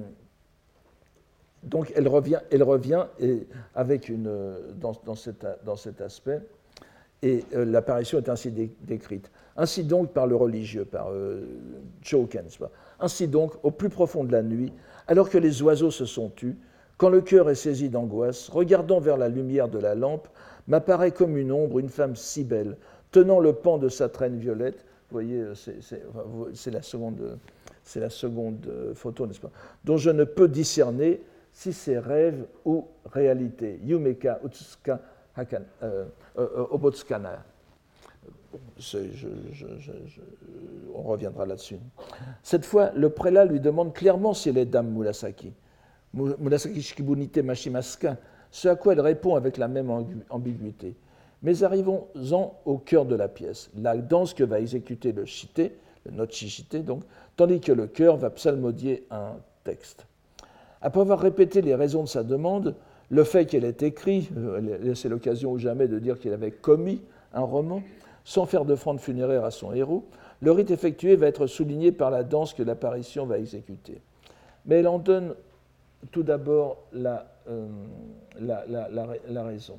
donc, elle revient, elle revient et avec une, dans, dans, cet, dans cet aspect. Et euh, l'apparition est ainsi dé- décrite. Ainsi donc, par le religieux, par euh, Choken, ainsi donc, au plus profond de la nuit, alors que les oiseaux se sont tus, quand le cœur est saisi d'angoisse, regardant vers la lumière de la lampe, m'apparaît comme une ombre une femme si belle, tenant le pan de sa traîne violette. Vous voyez, c'est, c'est, c'est, la, seconde, c'est la seconde photo, n'est-ce pas, dont je ne peux discerner si c'est rêve ou réalité. Yumeka Utsuka Hakan, euh, euh, Obotsukana. Je, je, je, je, on reviendra là-dessus. Cette fois, le prélat lui demande clairement si elle est Dame Murasaki. Murasaki Shikibunite Mashimaska, ce à quoi elle répond avec la même ambiguïté. Mais arrivons-en au cœur de la pièce, la danse que va exécuter le shite, le nochi shite, donc, tandis que le chœur va psalmodier un texte. Après avoir répété les raisons de sa demande, le fait qu'elle ait écrit, c'est l'occasion ou jamais de dire qu'il avait commis un roman, sans faire d'offrande funéraire à son héros, le rite effectué va être souligné par la danse que l'apparition va exécuter. Mais elle en donne tout d'abord la, euh, la, la, la, la raison.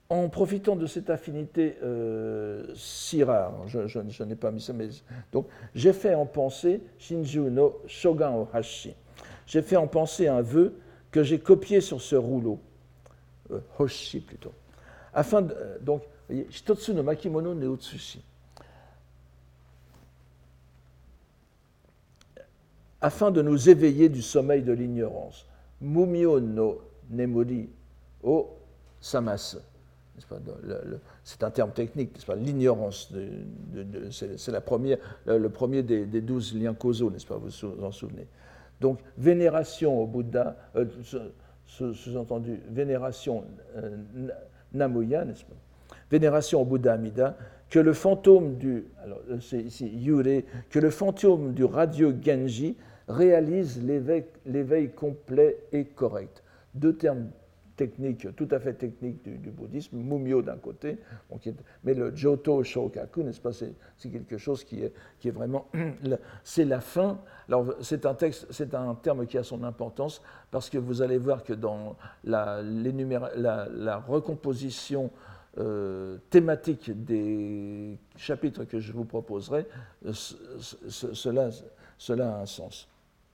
En profitant de cette affinité euh, si rare, je, je, je n'ai pas mis ça, mais donc j'ai fait en pensée Shinju no Shogun o Hashi. J'ai fait en pensée un vœu que j'ai copié sur ce rouleau, euh, Hoshi plutôt. Afin de, donc, vous voyez, Hitotsu no makimono ne utsushi. Afin de nous éveiller du sommeil de l'ignorance. Mumio no nemori o samasu. C'est un terme technique, n'est-ce pas? L'ignorance, de, de, de, c'est, c'est la première, le premier des, des douze liens causaux, n'est-ce pas? Vous vous en souvenez. Donc, vénération au Bouddha, euh, sous-entendu, vénération euh, Namuya, n'est-ce pas? Vénération au Bouddha Amida, que le fantôme du, alors c'est ici Yurei, que le fantôme du radieux Genji réalise l'éveil, l'éveil complet et correct. Deux termes techniques, tout à fait techniques du, du bouddhisme, Mumyo d'un côté, donc, mais le Joto Shokaku, n'est-ce pas, c'est, c'est quelque chose qui est, qui est vraiment, c'est la fin. Alors c'est un texte, c'est un terme qui a son importance parce que vous allez voir que dans la, la, la recomposition euh, thématique des chapitres que je vous proposerai, ce, ce, cela, cela a un sens.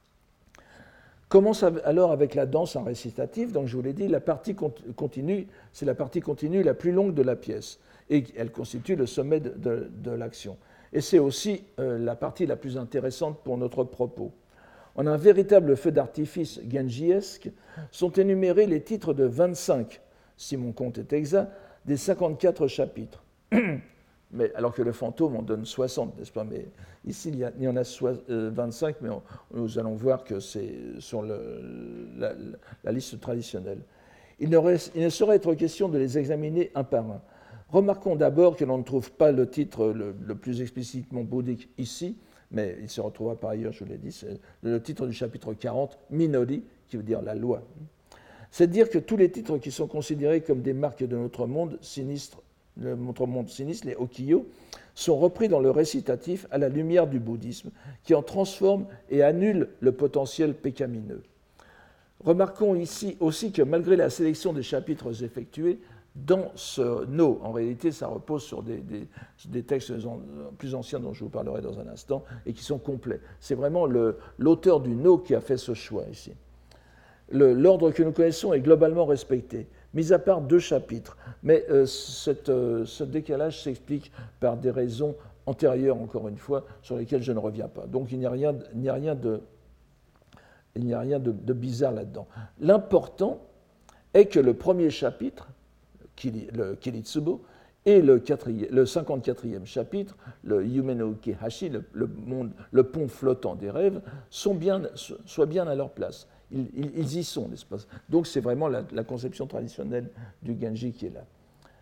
Commence alors avec la danse en récitatif. Donc, je vous l'ai dit, la partie continue, c'est la partie continue la plus longue de la pièce et elle constitue le sommet de, de, de l'action. Et c'est aussi euh, la partie la plus intéressante pour notre propos. En un véritable feu d'artifice genjiesque, sont énumérés les titres de vingt-cinq, si mon compte est exact, des cinquante-quatre chapitres. Mais, alors que le fantôme en donne soixante, n'est-ce pas? Mais ici, il y, a, il y en a vingt-cinq, mais on, nous allons voir que c'est sur le, la, la liste traditionnelle. Il ne, reste, il ne saurait être question de les examiner un par un. Remarquons d'abord que l'on ne trouve pas le titre le, le plus explicitement bouddhique ici, mais il se retrouvera par ailleurs, je l'ai dit, c'est le titre du chapitre quarante, Minori, qui veut dire la loi. C'est dire que tous les titres qui sont considérés comme des marques de notre monde sinistre, notre monde sinistre, les Okiyo, sont repris dans le récitatif à la lumière du bouddhisme, qui en transforme et annule le potentiel pécamineux. Remarquons ici aussi que malgré la sélection des chapitres effectués, dans ce no, en réalité, ça repose sur des, des, des textes plus anciens dont je vous parlerai dans un instant et qui sont complets. C'est vraiment le, l'auteur du no qui a fait ce choix ici. Le, l'ordre que nous connaissons est globalement respecté, mis à part deux chapitres, mais euh, cette, euh, ce décalage s'explique par des raisons antérieures, encore une fois, sur lesquelles je ne reviens pas. Donc il n'y a rien, il n'y a rien, de, il n'y a rien de, de bizarre là-dedans. L'important est que le premier chapitre, le Kiritsubo, et le, le cinquante-quatrième chapitre, le Yume no Ukehashi, le, le, monde, le pont flottant des rêves, sont bien, soient bien à leur place. Ils, ils, ils y sont, n'est-ce pas? Donc c'est vraiment la, la conception traditionnelle du Genji qui est là.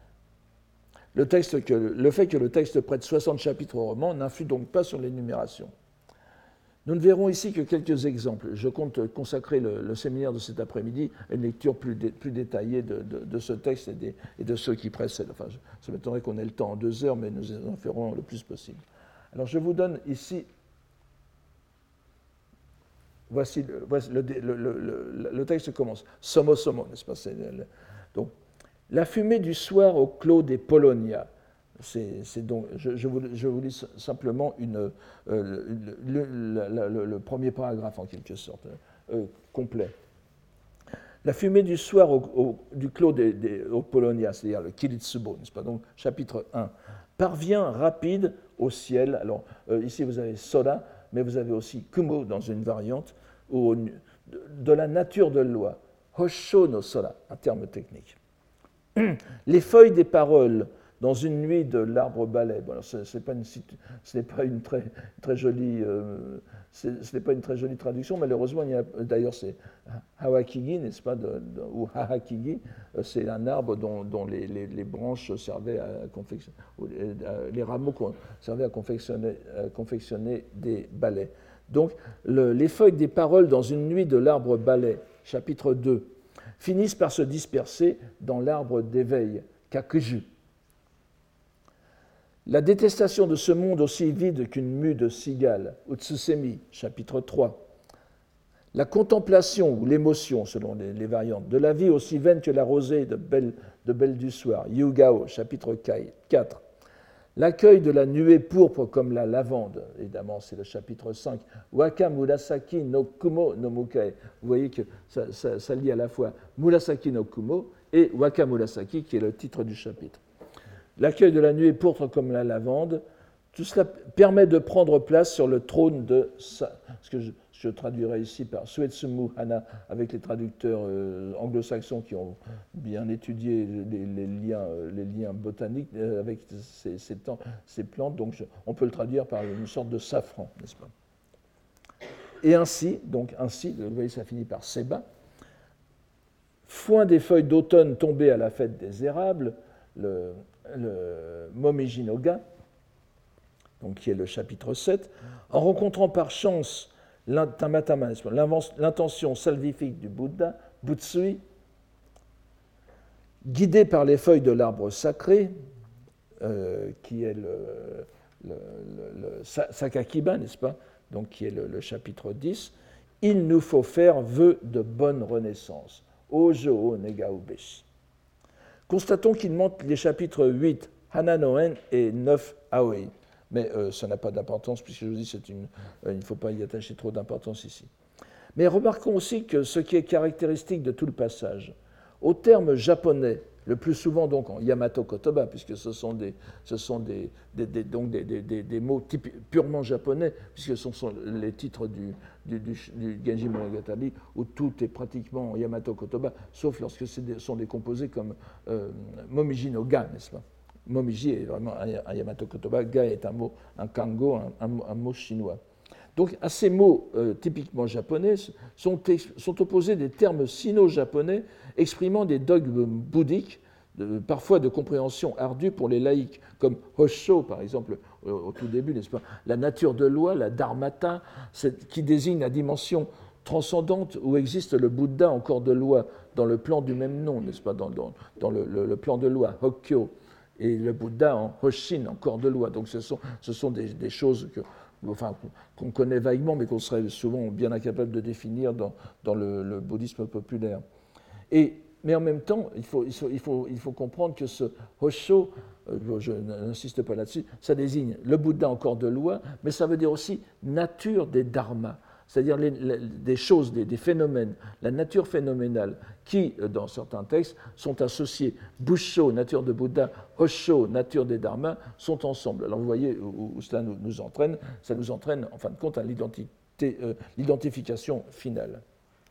Le, texte que, le fait que le texte prête soixante chapitres au roman n'influe donc pas sur l'énumération. Nous ne verrons ici que quelques exemples. Je compte consacrer le, le séminaire de cet après-midi à une lecture plus, dé, plus détaillée de, de, de ce texte et, des, et de ceux qui précèdent. Enfin, je, ça m'étonnerait qu'on ait le temps en deux heures, mais nous en ferons le plus possible. Alors je vous donne ici... Voici, le, voici le, le, le, le texte commence. Somo somo, n'est-ce pas? C'est le, donc, la fumée du soir au clos des Polonia. C'est, c'est donc, je, je, vous, je vous lis simplement une, euh, le, le, le, le premier paragraphe en quelque sorte, euh, complet. La fumée du soir au, au, du clos des, des, au Polonia, c'est-à-dire le Kiritsubo, n'est-ce pas? Donc, chapitre un, parvient rapide au ciel. Alors, euh, ici vous avez Soda, mais vous avez aussi Kumo dans une variante, ou de, de la nature de loi. Hosho no Sora, un terme technique. Les feuilles des paroles dans une nuit de l'arbre balai. Bon, alors ce, ce n'est pas une, ce n'est pas une très, très jolie, euh, ce n'est pas une très jolie traduction. Malheureusement, il y a, d'ailleurs, c'est Hawakigi, n'est-ce pas, de, de, ou Hahakigi. C'est un arbre dont, dont les, les, les branches servaient à confectionner, les rameaux servaient à confectionner, à confectionner des balais. Donc, le, les feuilles des paroles dans une nuit de l'arbre balai, chapitre deux, finissent par se disperser dans l'arbre d'éveil, Kakuju. La détestation de ce monde aussi vide qu'une mue de cigale, Utsusemi, chapitre trois. La contemplation ou l'émotion, selon les, les variantes, de la vie aussi vaine que la rosée de Belle, de Belle du soir, Yugao, chapitre quatre. L'accueil de la nuée pourpre comme la lavande, évidemment, c'est le chapitre cinq. Waka Murasaki no Kumo no Mukae. Vous voyez que ça, ça, ça lie à la fois Murasaki no Kumo et Waka Murasaki, qui est le titre du chapitre. L'accueil de la nuée pourpre comme la lavande, tout cela permet de prendre place sur le trône de sa, ce que je, je traduirai ici par Suetsumu Hana, avec les traducteurs euh, anglo-saxons qui ont bien étudié les, les, liens, les liens botaniques euh, avec ces, ces, temps, ces plantes, donc je, on peut le traduire par une sorte de safran, n'est-ce pas? Et ainsi, donc ainsi, vous voyez, ça finit par Seba, foin des feuilles d'automne tombées à la fête des érables, le, le Momiji no Ga, donc qui est le chapitre sept, en rencontrant par chance l'intention salvifique du Bouddha, Butsui, guidé par les feuilles de l'arbre sacré, euh, qui est le, le, le, le Sakakiba, n'est-ce pas, donc qui est le, le chapitre dix, il nous faut faire vœu de bonne renaissance. Ojo negau beshi. Constatons qu'il manque les chapitres huit, Hananoen, et neuf, Aoi. Mais euh, ça n'a pas d'importance, puisque je vous dis c'est une, euh, il ne faut pas y attacher trop d'importance ici. Mais remarquons aussi que ce qui est caractéristique de tout le passage, au terme japonais, le plus souvent donc en Yamato Kotoba, puisque ce sont des, ce sont des, des, des, donc des, des, des, des mots type, purement japonais, puisque ce sont les titres du, du, du, du Genji Monogatari, où tout est pratiquement en Yamato Kotoba, sauf lorsque ce sont des composés comme euh, Momiji no Ga, n'est-ce pas? Momiji est vraiment un Yamato Kotoba, Ga est un mot, un kango, un, un, un mot chinois. Donc à ces mots euh, typiquement japonais sont, sont opposés des termes sino-japonais exprimant des dogmes bouddhiques, de, parfois de compréhension ardue pour les laïcs, comme Hosho par exemple au, au tout début, n'est-ce pas, la nature de loi, la dharmata, qui désigne la dimension transcendante où existe le Bouddha en corps de loi dans le plan du même nom, n'est-ce pas, dans, dans, dans le, le, le plan de loi, Hokkyo, et le Bouddha en Hoshin, en corps de loi. Donc ce sont, ce sont des, des choses que, enfin, qu'on connaît vaguement, mais qu'on serait souvent bien incapable de définir dans, dans le, le bouddhisme populaire. Et, mais en même temps, il faut, il faut, il faut, il faut comprendre que ce Hosho, euh, je n'insiste pas là-dessus, ça désigne le Bouddha en corps de loi, mais ça veut dire aussi nature des dharmas, c'est-à-dire les, les, des choses, des, des phénomènes, la nature phénoménale qui, dans certains textes, sont associés. Busho, nature de Bouddha, Hosho, nature des dharmas, sont ensemble. Alors vous voyez où, où cela nous, nous entraîne. Ça nous entraîne, en fin de compte, à l'identité, euh, l'identification finale.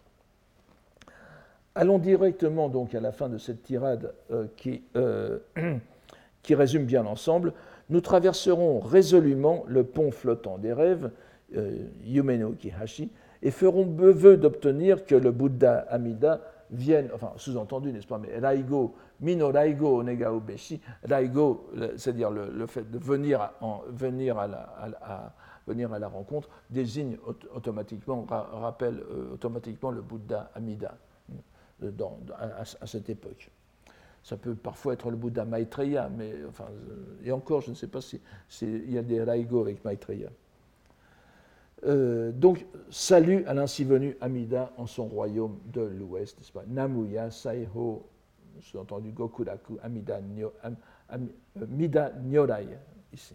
Allons directement donc à la fin de cette tirade euh, qui, euh, qui résume bien l'ensemble. Nous traverserons résolument le pont flottant des rêves, euh, Yume no Ukihashi, et ferons vœu d'obtenir que le Bouddha Amida vienne, enfin sous-entendu, n'est-ce pas, mais Raigo, Mino Raigo Onegao Beshi, Raigo, c'est-à-dire le, le fait de venir à, en, venir, à la, à, à, venir à la rencontre, désigne automatiquement, rappelle euh, automatiquement le Bouddha Amida dans, à, à cette époque. Ça peut parfois être le Bouddha Maitreya, mais enfin, et encore, je ne sais pas s'il si, si y a des Raigo avec Maitreya. Euh, donc, salut à l'ainsi venu Amida en son royaume de l'Ouest, n'est-ce pas? Namuya Saiho, sous-entendu Gokuraku Amida, Nyo, Am, Am, Mida Nyorai, ici.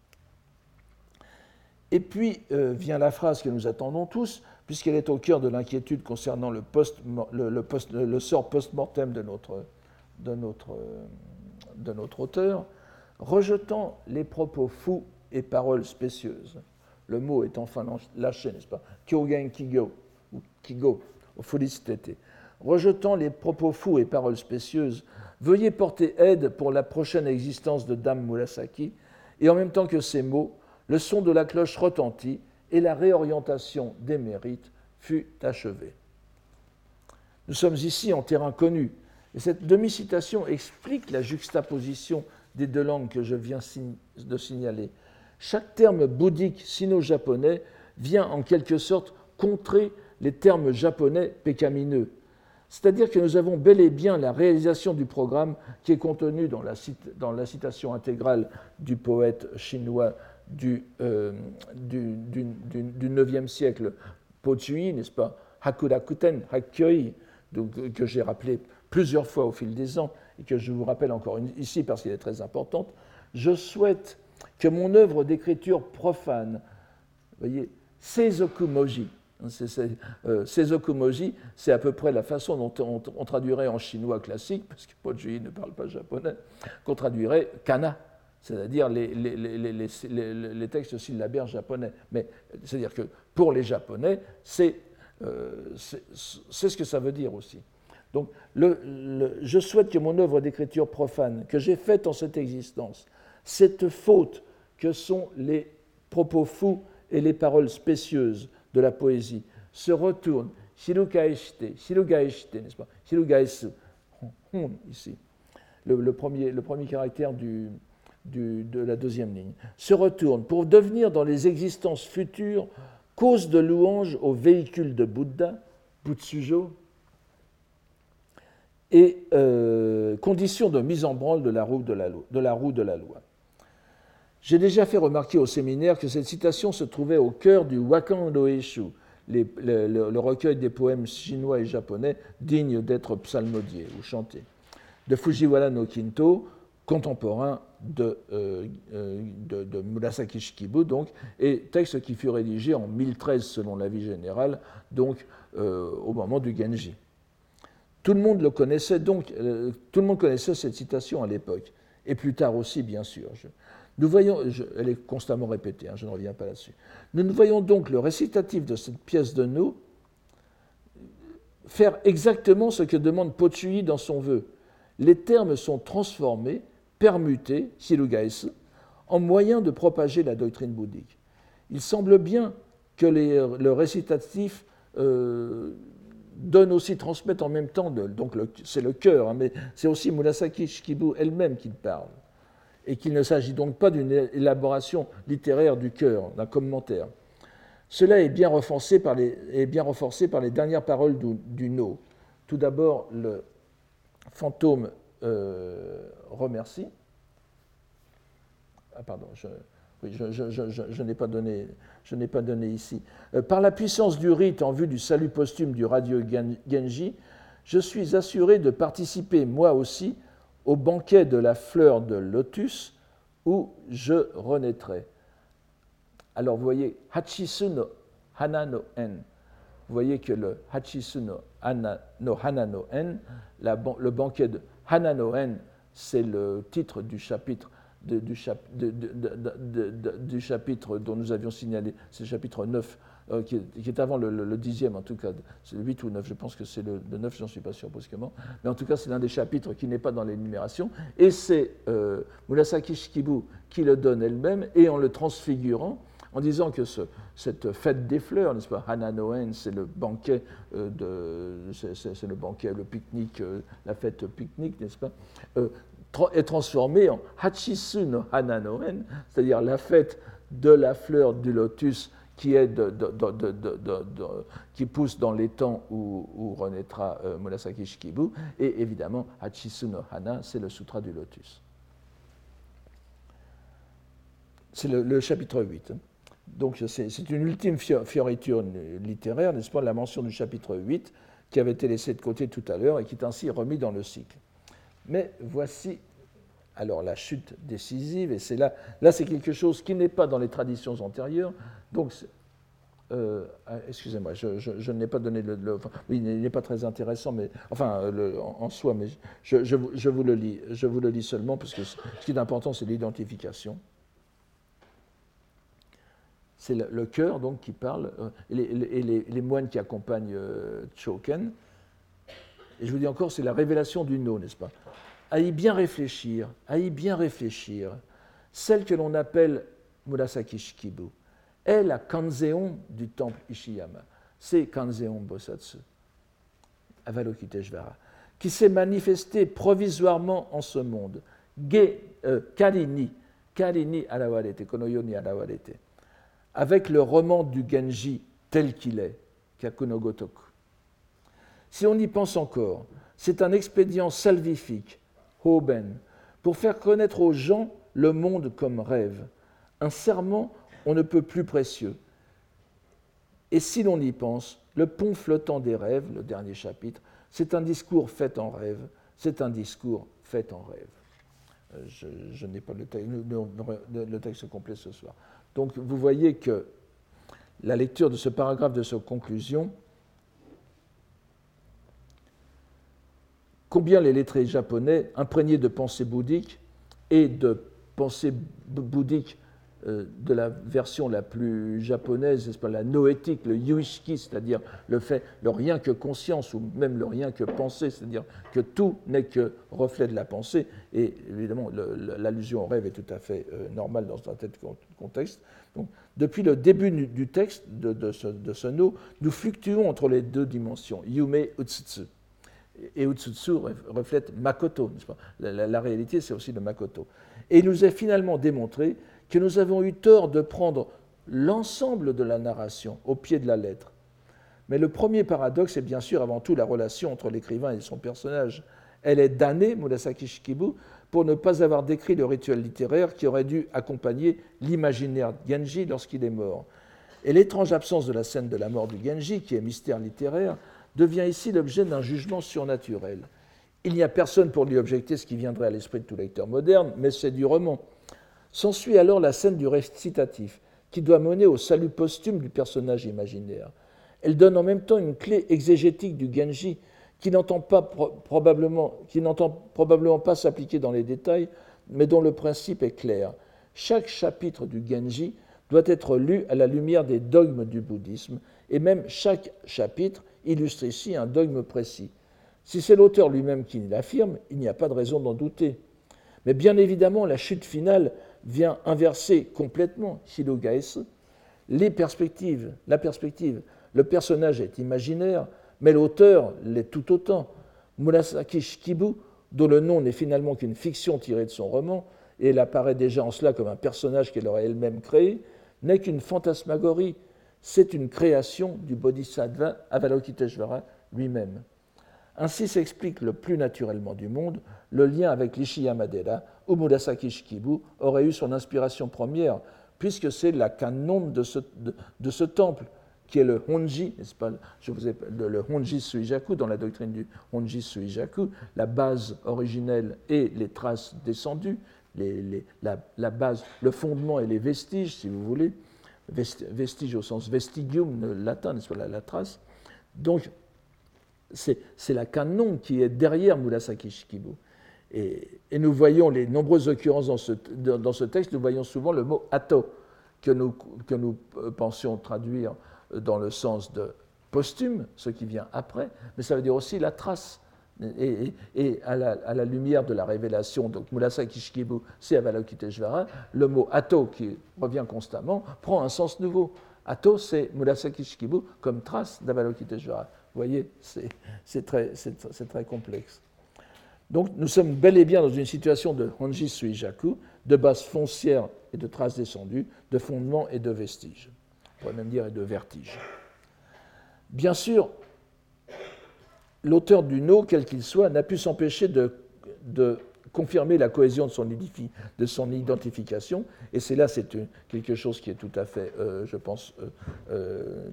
Et puis euh, vient la phrase que nous attendons tous, puisqu'elle est au cœur de l'inquiétude concernant le, post, le, le, post, le sort post-mortem de notre, de, notre, de notre auteur, rejetant les propos fous et paroles spécieuses. Le mot est enfin lâché, n'est-ce pas? Kyogen Kigo, ou Kigo, au félicité. Rejetant les propos fous et paroles spécieuses, veuillez porter aide pour la prochaine existence de Dame Murasaki, et en même temps que ces mots, le son de la cloche retentit et la réorientation des mérites fut achevée. Nous sommes ici en terrain connu, et cette demi-citation explique la juxtaposition des deux langues que je viens de signaler. Chaque terme bouddhique sino-japonais vient en quelque sorte contrer les termes japonais pécamineux. C'est-à-dire que nous avons bel et bien la réalisation du programme qui est contenu dans la, dans la citation intégrale du poète chinois du, euh, du, du, du, du neuvième siècle, Po Chui, n'est-ce pas, Hakurakuten, Hakkyoi, donc, que j'ai rappelé plusieurs fois au fil des ans et que je vous rappelle encore une, ici parce qu'elle est très importante. Je souhaite que mon œuvre d'écriture profane, vous voyez, Seizokumoji, c'est, c'est, euh, Seizokumoji, c'est à peu près la façon dont on, on traduirait en chinois classique, parce que Pojui ne parle pas japonais, qu'on traduirait kana, c'est-à-dire les, les, les, les, les, les textes syllabaires japonais. Mais c'est-à-dire que pour les Japonais, c'est, euh, c'est, c'est ce que ça veut dire aussi. Donc, le, le, je souhaite que mon œuvre d'écriture profane, que j'ai faite en cette existence, cette faute que sont les propos fous et les paroles spécieuses de la poésie, se retourne, shirugaeshite, shirugaeshite, n'est-ce pas, shirugaesu, ici, le, le, premier, le premier caractère du, du, de la deuxième ligne, se retourne pour devenir dans les existences futures cause de louange au véhicule de Bouddha, Butsujo, et euh, condition de mise en branle de la roue de la, de la, roue de la loi. J'ai déjà fait remarquer au séminaire que cette citation se trouvait au cœur du Wakan Roeshu, les, le, le, le recueil des poèmes chinois et japonais dignes d'être psalmodiés ou chantés, de Fujiwara no Kinto, contemporain de, euh, de, de Murasaki Shikibu, donc, et texte qui fut rédigé en mille treize selon l'avis général, donc euh, au moment du Genji. Tout le monde le connaissait, donc, euh, tout le monde connaissait cette citation à l'époque, et plus tard aussi, bien sûr. Je, nous voyons, je, elle est constamment répétée, hein, je ne reviens pas là-dessus. Nous, nous voyons donc le récitatif de cette pièce de No faire exactement ce que demande Pochui dans son vœu. Les termes sont transformés, permutés, shirugaesu, en moyen de propager la doctrine bouddhique. Il semble bien que les, le récitatif euh, donne aussi, transmettre en même temps, de, donc le, c'est le cœur, hein, mais c'est aussi Murasaki Shikibu elle-même qui parle, et qu'il ne s'agit donc pas d'une élaboration littéraire du cœur, d'un commentaire. Cela est bien renforcé par les, est bien renforcé par les dernières paroles du, du No. Tout d'abord, le fantôme euh, remercie. Ah, pardon, je, oui, je, je, je, je, je n'ai pas donné, je n'ai pas donné ici. Euh, par la puissance du rite en vue du salut posthume du radieux Genji, je suis assuré de participer, moi aussi, au banquet de la fleur de lotus où je renaîtrai. Alors, vous voyez, Hachisu no Hana no En. Vous voyez que le Hachisu no Hana no, hana no En, la, le banquet de Hana no En, c'est le titre du chapitre, de, du, chap, de, de, de, de, du chapitre dont nous avions signalé, c'est le chapitre neuf, euh, qui, est, qui est avant le, le, le dixième en tout cas, c'est le huit ou neuf, je pense que c'est le, le neuf, j'en suis pas sûr brusquement, mais en tout cas c'est l'un des chapitres qui n'est pas dans l'énumération, et c'est euh, Murasaki Shikibu qui le donne elle-même, et en le transfigurant, en disant que ce, cette fête des fleurs, n'est-ce pas, Hana no En, c'est le banquet, euh, de, c'est, c'est, c'est le banquet, le pique-nique, euh, la fête pique-nique, n'est-ce pas, euh, tra- est transformée en Hachisu no Hana no En, c'est-à-dire la fête de la fleur du lotus qui, est de, de, de, de, de, de, de, qui pousse dans les temps où, où renaîtra euh, Murasaki Shikibu, et évidemment, Hachisu no Hana, c'est le sutra du lotus. C'est le, le chapitre huit. Hein. Donc c'est, c'est une ultime fioriture littéraire, n'est-ce pas, la mention du chapitre huit, qui avait été laissée de côté tout à l'heure et qui est ainsi remis dans le cycle. Mais voici alors la chute décisive, et c'est là, là c'est quelque chose qui n'est pas dans les traditions antérieures. Donc, euh, excusez-moi, je, je, je n'ai pas donné le, le enfin, oui, il n'est pas très intéressant, mais enfin le, en, en soi, mais je, je, je vous le lis, je vous le lis seulement parce que ce qui est important, c'est l'identification. C'est le, le cœur donc qui parle, euh, et, les, et les, les moines qui accompagnent euh, Choken. Et je vous dis encore, c'est la révélation du No, n'est-ce pas? À y bien réfléchir, à y bien réfléchir, celle que l'on appelle Murasaki Shikibu est la Kanzeon du temple Ishiyama. C'est Kanzeon Bosatsu, Avalokiteshvara, qui s'est manifestée provisoirement en ce monde. Ge, euh, Karini, Karini arawarete, konoyo ni arawarete, avec le roman du Genji tel qu'il est, Kyakuno Gotoku. Si on y pense encore, c'est un expédient salvifique, Hoben, pour faire connaître aux gens le monde comme rêve, un serment on ne peut plus précieux. Et si l'on y pense, Le pont flottant des rêves, le dernier chapitre, c'est un discours fait en rêve, c'est un discours fait en rêve. Je, je n'ai pas le texte, le, le texte complet ce soir. Donc vous voyez que la lecture de ce paragraphe, de cette conclusion, combien les lettrés japonais, imprégnés de pensée bouddhique et de pensée bouddhique euh, de la version la plus japonaise, n'est-ce pas, la noétique, le yuishiki, c'est-à-dire le fait, le rien que conscience, ou même le rien que pensée, c'est-à-dire que tout n'est que reflet de la pensée, et évidemment le, l'allusion au rêve est tout à fait euh, normale dans un tel contexte. Donc, depuis le début du texte de, de, ce, de ce no, nous fluctuons entre les deux dimensions, yume, utsutsu. Et utsutsu reflète makoto, n'est-ce pas ? La, la, la réalité, c'est aussi le makoto. Et il nous est finalement démontré que nous avons eu tort de prendre l'ensemble de la narration au pied de la lettre. Mais le premier paradoxe est bien sûr avant tout la relation entre l'écrivain et son personnage. Elle est damnée, Murasaki Shikibu, pour ne pas avoir décrit le rituel littéraire qui aurait dû accompagner l'imaginaire Genji lorsqu'il est mort. Et l'étrange absence de la scène de la mort du Genji, qui est mystère littéraire, devient ici l'objet d'un jugement surnaturel. Il n'y a personne pour lui objecter ce qui viendrait à l'esprit de tout lecteur moderne, mais c'est du roman. S'ensuit alors la scène du récitatif, qui doit mener au salut posthume du personnage imaginaire. Elle donne en même temps une clé exégétique du Genji, qui n'entend pas pro- probablement, qui n'entend probablement pas s'appliquer dans les détails, mais dont le principe est clair. Chaque chapitre du Genji doit être lu à la lumière des dogmes du bouddhisme, et même chaque chapitre illustre ici un dogme précis. Si c'est l'auteur lui-même qui l'affirme, il n'y a pas de raison d'en douter. Mais bien évidemment, la chute finale vient inverser complètement Shirogaesu, les perspectives, la perspective. Le personnage est imaginaire, mais l'auteur l'est tout autant. Murasaki Shikibu, dont le nom n'est finalement qu'une fiction tirée de son roman, et elle apparaît déjà en cela comme un personnage qu'elle aurait elle-même créé, n'est qu'une fantasmagorie. C'est une création du Bodhisattva Avalokiteshvara lui-même. Ainsi s'explique le plus naturellement du monde le lien avec l'Ishiyama-dera, où Murasaki Shikibu aurait eu son inspiration première, puisque c'est la kannon de ce, de, de ce temple, qui est le Honji, n'est-ce pas, je vous ai, le, le Honji Suijaku, dans la doctrine du Honji Suijaku, la base originelle et les traces descendues, les, les, la, la base, le fondement et les vestiges, si vous voulez, vestige au sens vestigium latin, n'est-ce pas, la, la trace. Donc, c'est, c'est la canon qui est derrière Murasaki Shikibu. Et, et nous voyons les nombreuses occurrences dans ce, dans ce texte, nous voyons souvent le mot ato, que nous, que nous pensions traduire dans le sens de posthume, ce qui vient après, mais ça veut dire aussi la trace. Et, et, et à, la, à la lumière de la révélation, donc Murasaki Shikibu, c'est Avalokiteshvara, le mot ato, qui revient constamment, prend un sens nouveau. Ato, c'est Murasaki Shikibu comme trace d'Avalokiteshvara. Vous voyez, c'est, c'est, très, c'est, c'est très complexe. Donc nous sommes bel et bien dans une situation de Honji Suijaku, de base foncière et de traces descendues, de fondements et de vestiges. On pourrait même dire et de vertiges. Bien sûr, l'auteur du no, quel qu'il soit, n'a pu s'empêcher de, de confirmer la cohésion de son, édifi, de son identification, et c'est là c'est une, quelque chose qui est tout à fait, euh, je pense, euh, euh,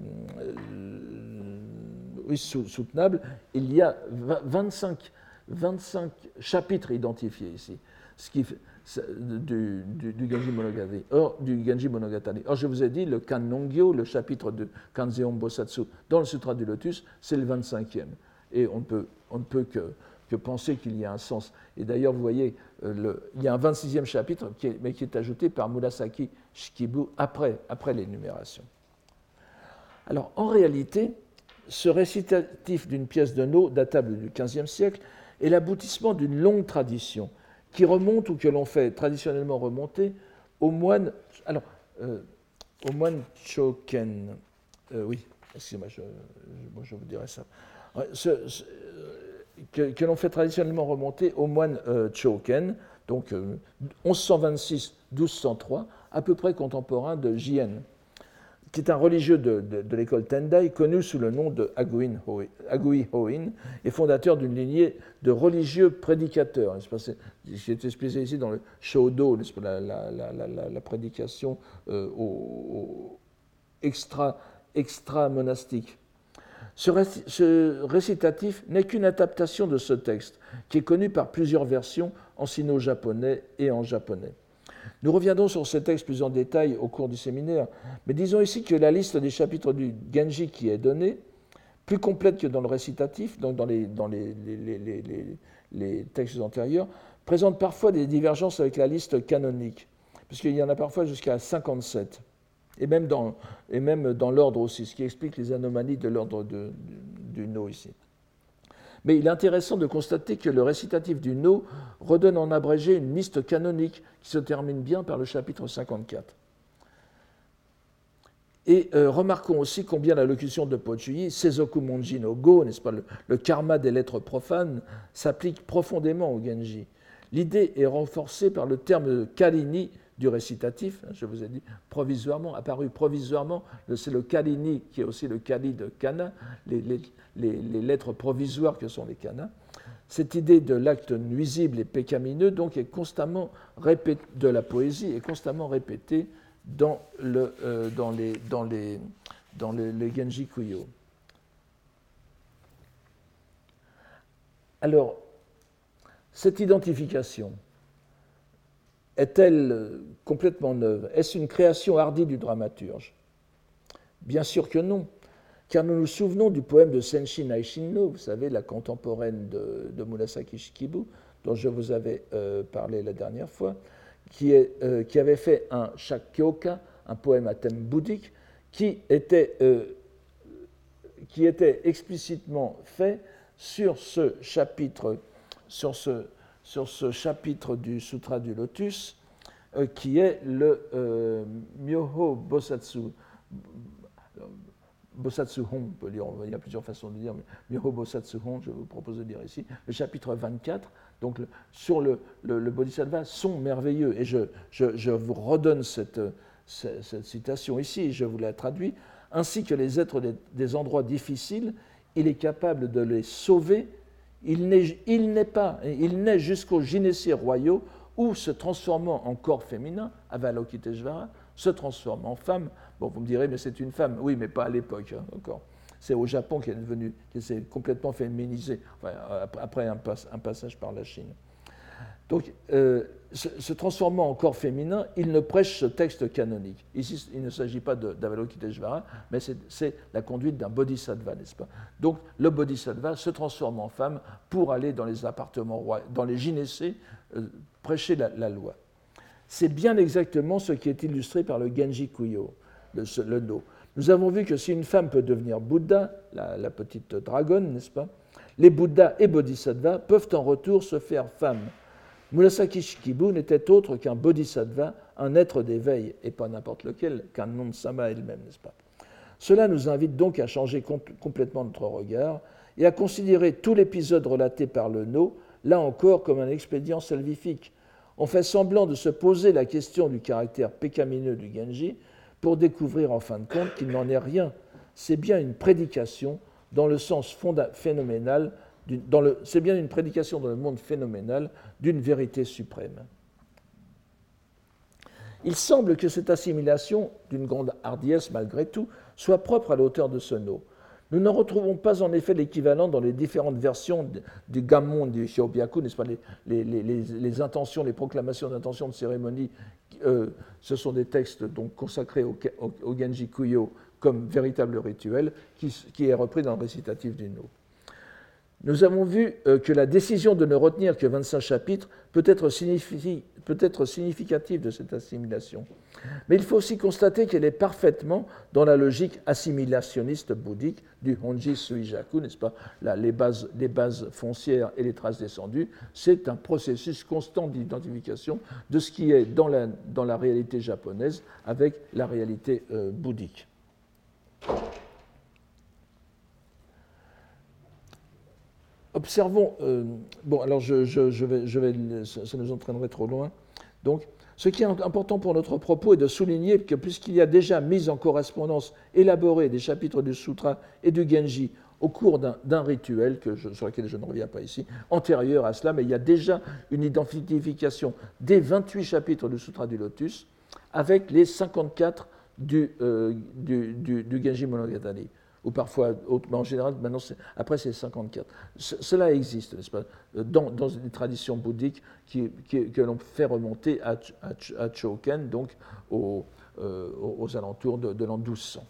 oui, soutenable. Il y a vingt-cinq, vingt-cinq chapitres identifiés ici, ce qui fait, du, du, du Genji Monogatari. Or, du Genji Monogatari. Or, je vous ai dit, le Kannongyo, le chapitre de Kanzeon Bosatsu dans le Sutra du Lotus, c'est le vingt-cinquième. Et on, peut, on ne peut que, que penser qu'il y a un sens. Et d'ailleurs, vous voyez, euh, le, il y a un vingt-sixième chapitre, qui est, mais qui est ajouté par Murasaki Shikibu après, après l'énumération. Alors, en réalité, ce récitatif d'une pièce de no datable du quinzième siècle est l'aboutissement d'une longue tradition qui remonte ou que l'on fait traditionnellement remonter au moine, alors, euh, au moine Choken. Euh, oui, excusez-moi, je, je, moi je vous dirai ça. Ce, ce, que, que l'on fait traditionnellement remonter au moine euh, Choken, donc euh, onze cent vingt-six à douze cent trois, à peu près contemporain de Jien, qui est un religieux de, de, de l'école Tendai, connu sous le nom de Agui Hoin, et fondateur d'une lignée de religieux prédicateurs. Qui était spécialisé dans le Shodo, la, la, la, la, la prédication euh, au, au extra, extra monastique. Ce, réc- ce récitatif n'est qu'une adaptation de ce texte, qui est connu par plusieurs versions en sino-japonais et en japonais. Nous reviendrons sur ce texte plus en détail au cours du séminaire, mais disons ici que la liste des chapitres du Genji qui est donnée, plus complète que dans le récitatif, donc dans les, dans les, les, les, les, les textes antérieurs, présente parfois des divergences avec la liste canonique, puisqu'il y en a parfois jusqu'à cinquante-sept, et même dans, et même dans l'ordre aussi, ce qui explique les anomalies de l'ordre de, du, du No ici. Mais il est intéressant de constater que le récitatif du No redonne en abrégé une liste canonique qui se termine bien par le chapitre cinquante-quatre. Et euh, remarquons aussi combien la locution de Pochuyi, Seizoku Monji no Go, n'est-ce pas, le, le karma des lettres profanes, s'applique profondément au Genji. L'idée est renforcée par le terme de kalini du récitatif, je vous ai dit provisoirement, apparu provisoirement, c'est le kalini qui est aussi le kali de kana, les, les, les, les lettres provisoires que sont les kana. Cette idée de l'acte nuisible et pécamineux donc est constamment répétée, de la poésie est constamment répétée dans, le, euh, dans, les, dans, les, dans les, les Genji Kuyo. Alors, cette identification est-elle complètement neuve? Est-ce une création hardie du dramaturge? Bien sûr que non, car nous nous souvenons du poème de Senshi Naishinno, vous savez, la contemporaine de, de Murasaki Shikibu, dont je vous avais euh, parlé la dernière fois, qui, est, euh, qui avait fait un Shakyoka, un poème à thème bouddhique, qui était, euh, qui était explicitement fait sur ce chapitre, sur ce, sur ce chapitre du Sutra du Lotus, euh, qui est le euh, Myoho Bosatsu, Bosatsu Hon, on peut dire, il y a plusieurs façons de dire, mais Myoho Bosatsu Hon, je vous propose de dire ici, le chapitre vingt-quatre, donc le, sur le, le, le Bodhisattva, sont merveilleux. Et je, je, je vous redonne cette, cette, cette citation ici, je vous la traduis. Ainsi que les êtres des, des endroits difficiles, il est capable de les sauver. Il n'est, il n'est pas, il naît jusqu'aux gynécées royaux où, se transformant en corps féminin, Avalokiteshvara, se transforme en femme. Bon, vous me direz, mais c'est une femme. Oui, mais pas à l'époque, hein, encore. C'est au Japon qu'elle est devenue, qu'elle s'est complètement féminisée, enfin, après un, pass, un passage par la Chine. Donc, euh, se, se transformant en corps féminin, il ne prêche ce texte canonique. Ici, il ne s'agit pas d'Avalokiteshvara, mais c'est, c'est la conduite d'un bodhisattva, n'est-ce pas? Donc, le bodhisattva se transforme en femme pour aller dans les appartements royaux, dans les gynécées, euh, prêcher la, la loi. C'est bien exactement ce qui est illustré par le Genji Kuyo, le, le No. Nous avons vu que si une femme peut devenir Bouddha, la, la petite dragonne, n'est-ce pas, les Bouddhas et Bodhisattvas peuvent en retour se faire femmes. Murasaki Shikibu n'était autre qu'un Bodhisattva, un être d'éveil, et pas n'importe lequel, qu'un nom de Sama elle-même, n'est-ce pas? Cela nous invite donc à changer compl- complètement notre regard et à considérer tout l'épisode relaté par le No, là encore, comme un expédient salvifique. On fait semblant de se poser la question du caractère pécamineux du Genji, pour découvrir en fin de compte qu'il n'en est rien. C'est bien une prédication dans le sens fonda- phénoménal, dans le, c'est bien une prédication dans le monde phénoménal d'une vérité suprême. Il semble que cette assimilation, d'une grande hardiesse malgré tout, soit propre à l'auteur de ce No. Nous n'en retrouvons pas en effet l'équivalent dans les différentes versions du Gammon du Hyōbyaku, n'est-ce pas, les, les, les, les intentions, les proclamations d'intention de cérémonie, euh, ce sont des textes donc consacrés au, au, au Genji Kuyo comme véritable rituel, qui, qui est repris dans le récitatif du No. Nous avons vu euh, que la décision de ne retenir que vingt-cinq chapitres peut être, signifi- peut être significative de cette assimilation. Mais il faut aussi constater qu'elle est parfaitement dans la logique assimilationniste bouddhique du Honji Suijaku, n'est-ce pas? Là, les, bases, les bases foncières et les traces descendues, c'est un processus constant d'identification de ce qui est dans la, dans la réalité japonaise avec la réalité euh, bouddhique. Observons, euh, bon alors je, je, je vais, je vais, ça nous entraînerait trop loin. Donc, ce qui est important pour notre propos est de souligner que puisqu'il y a déjà mis en correspondance élaborée des chapitres du Sutra et du Genji au cours d'un, d'un rituel, que je, sur lequel je ne reviens pas ici, antérieur à cela, mais il y a déjà une identification des vingt-huit chapitres du Sutra du Lotus avec les cinquante-quatre du, euh, du, du, du Genji Monogatari. ou parfois, mais en général, maintenant, c'est, après c'est cinquante-quatre. C- cela existe, n'est-ce pas, dans, dans une tradition bouddhique qui, qui, que l'on fait remonter à, à, à Choken, donc au, euh, aux alentours de, de l'an douze cents.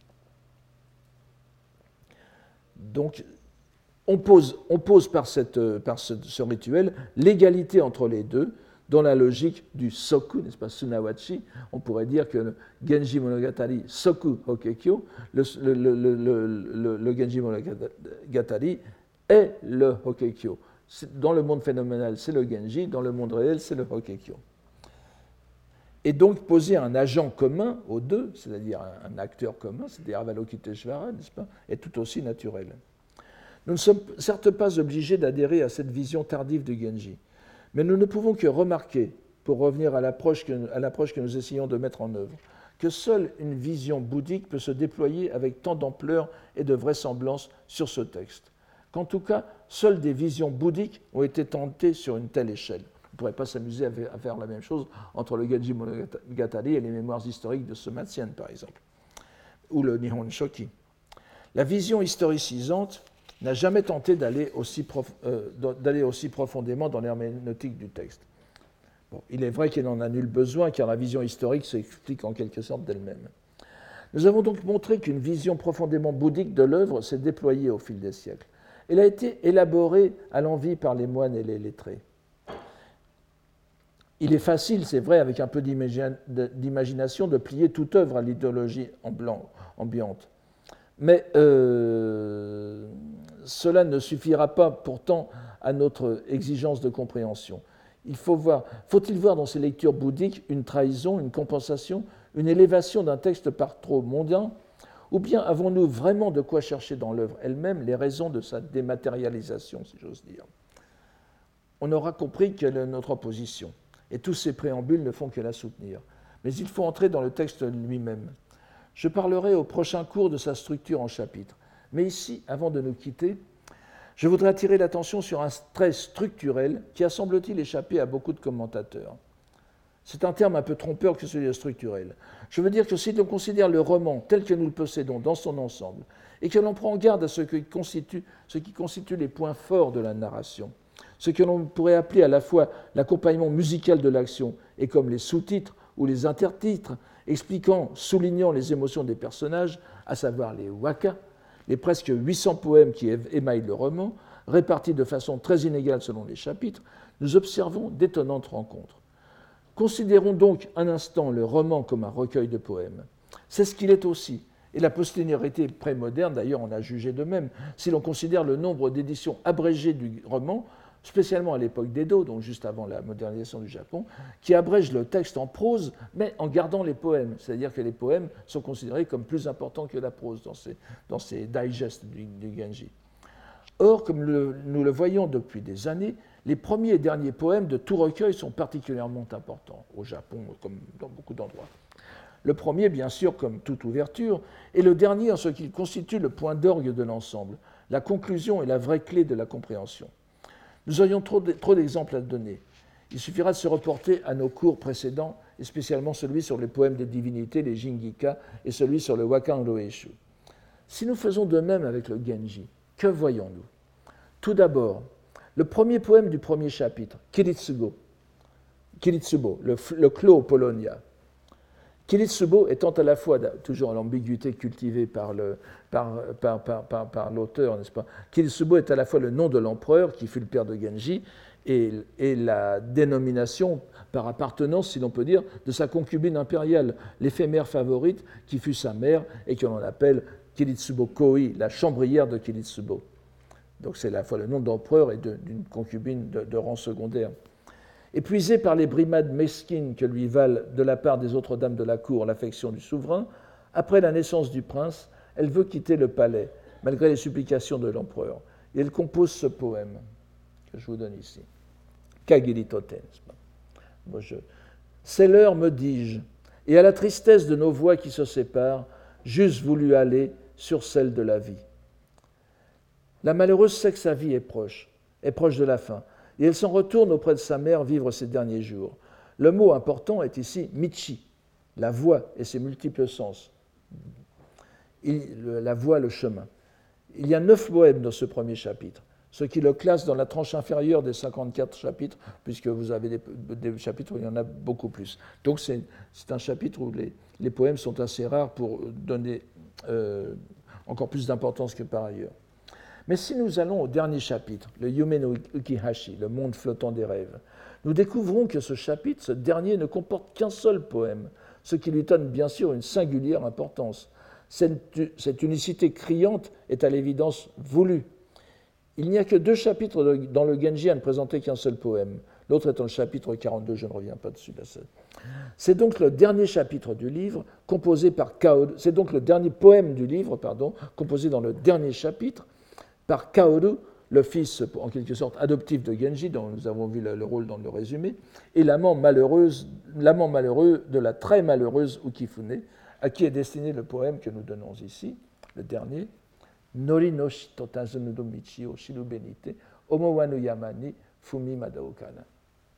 Donc, on pose, on pose par, cette, par ce, ce rituel l'égalité entre les deux, dans la logique du soku, n'est-ce pas, Sunawachi. On pourrait dire que le Genji Monogatari Soku Hokekyo, le, le, le, le, le, le Genji Monogatari est le Hokekyo. Dans le monde phénoménal, c'est le Genji, dans le monde réel, c'est le Hokekyo. Et donc poser un agent commun aux deux, c'est-à-dire un acteur commun, c'est-à-dire Avalokiteshvara, n'est-ce pas, est tout aussi naturel. Nous ne sommes certes pas obligés d'adhérer à cette vision tardive du Genji, mais nous ne pouvons que remarquer, pour revenir à l'approche que, à l'approche que nous essayons de mettre en œuvre, que seule une vision bouddhique peut se déployer avec tant d'ampleur et de vraisemblance sur ce texte. Qu'en tout cas, seules des visions bouddhiques ont été tentées sur une telle échelle. On ne pourrait pas s'amuser à faire la même chose entre le Genji Monogatari et les mémoires historiques de Somatien, par exemple, ou le Nihon Shoki. La vision historicisante n'a jamais tenté d'aller aussi, prof, euh, d'aller aussi profondément dans l'herméneutique du texte. Bon, il est vrai qu'il n'en a nul besoin, car la vision historique s'explique en quelque sorte d'elle-même. Nous avons donc montré qu'une vision profondément bouddhique de l'œuvre s'est déployée au fil des siècles. Elle a été élaborée à l'envi par les moines et les lettrés. Il est facile, c'est vrai, avec un peu d'imagination, de plier toute œuvre à l'idéologie ambiante. Mais euh, cela ne suffira pas pourtant à notre exigence de compréhension. Il faut voir, faut-il voir dans ces lectures bouddhiques une trahison, une compensation, une élévation d'un texte par trop mondain, ou bien avons-nous vraiment de quoi chercher dans l'œuvre elle-même les raisons de sa dématérialisation, si j'ose dire? On aura compris quelle est notre position, et tous ces préambules ne font que la soutenir. Mais il faut entrer dans le texte lui-même. Je parlerai au prochain cours de sa structure en chapitres. Mais ici, avant de nous quitter, je voudrais attirer l'attention sur un trait structurel qui a, semble-t-il, échappé à beaucoup de commentateurs. C'est un terme un peu trompeur que celui de structurel. Je veux dire que si l'on considère le roman tel que nous le possédons dans son ensemble, et que l'on prend garde à ce qui constitue, ce qui constitue les points forts de la narration, ce que l'on pourrait appeler à la fois l'accompagnement musical de l'action et comme les sous-titres ou les intertitres, expliquant, soulignant les émotions des personnages, à savoir les waka, les presque huit cents poèmes qui émaillent le roman, répartis de façon très inégale selon les chapitres, nous observons d'étonnantes rencontres. Considérons donc un instant le roman comme un recueil de poèmes. C'est ce qu'il est aussi, et la postériorité prémoderne, d'ailleurs, en a jugé de même, si l'on considère le nombre d'éditions abrégées du roman, spécialement à l'époque d'Edo, donc juste avant la modernisation du Japon, qui abrège le texte en prose, mais en gardant les poèmes. C'est-à-dire que les poèmes sont considérés comme plus importants que la prose dans ces, dans ces digests du, du Genji. Or, comme le, nous le voyons depuis des années, les premiers et derniers poèmes de tout recueil sont particulièrement importants, au Japon comme dans beaucoup d'endroits. Le premier, bien sûr, comme toute ouverture, et le dernier en ce qu'il constitue le point d'orgue de l'ensemble, la conclusion est la vraie clé de la compréhension. Nous aurions trop, de, trop d'exemples à donner. Il suffira de se reporter à nos cours précédents, et spécialement celui sur les poèmes des divinités, les Jingika, et celui sur le Wakan Roeshu. Si nous faisons de même avec le Genji, que voyons-nous? Tout d'abord, le premier poème du premier chapitre, Kiritsubo, Kiritsubo, le, le clos Polonia. Kiritsubo étant à la fois, toujours l'ambiguïté cultivée par, le, par, par, par, par, par l'auteur, n'est-ce pas? Kiritsubo est à la fois le nom de l'empereur qui fut le père de Genji et, et la dénomination par appartenance, si l'on peut dire, de sa concubine impériale, l'éphémère favorite qui fut sa mère et que l'on appelle Kiritsubo Koi, la chambrière de Kiritsubo. Donc c'est à la fois le nom d'empereur et de, d'une concubine de, de rang secondaire. Épuisée par les brimades mesquines que lui valent de la part des autres dames de la cour l'affection du souverain, après la naissance du prince, elle veut quitter le palais, malgré les supplications de l'empereur. Et elle compose ce poème que je vous donne ici. Kagiri Toten. Bon, je... C'est l'heure, me dis-je, et à la tristesse de nos voix qui se séparent, j'eusse voulu aller sur celle de la vie. La malheureuse sait que sa vie est proche, est proche de la fin, et elle s'en retourne auprès de sa mère vivre ses derniers jours. Le mot important est ici Michi, la voix et ses multiples sens. il, la voie, le chemin. Il y a neuf poèmes dans ce premier chapitre, ce qui le classe dans la tranche inférieure des cinquante-quatre chapitres, puisque vous avez des, des chapitres où il y en a beaucoup plus. Donc c'est, c'est un chapitre où les, les poèmes sont assez rares pour donner euh, encore plus d'importance que par ailleurs. Mais si nous allons au dernier chapitre, le Yume no Ukihashi, le monde flottant des rêves, nous découvrons que ce chapitre, ce dernier, ne comporte qu'un seul poème, ce qui lui donne bien sûr une singulière importance. Cette, cette unicité criante est à l'évidence voulue. Il n'y a que deux chapitres de, dans le Genji à ne présenter qu'un seul poème. L'autre étant le chapitre quarante-deux, je ne reviens pas dessus. Là, c'est donc le dernier chapitre du livre, composé par Kaoru. C'est donc le dernier poème du livre, pardon, composé dans le dernier chapitre par Kaoru, le fils, en quelque sorte, adoptif de Genji, dont nous avons vu le, le rôle dans le résumé, et l'amant, l'amant malheureux de la très malheureuse Ukifune, à qui est destiné le poème que nous donnons ici, le dernier, Nori no shito tazunu no michi o shiru benite, omo wa no yama ni fumi madao kana.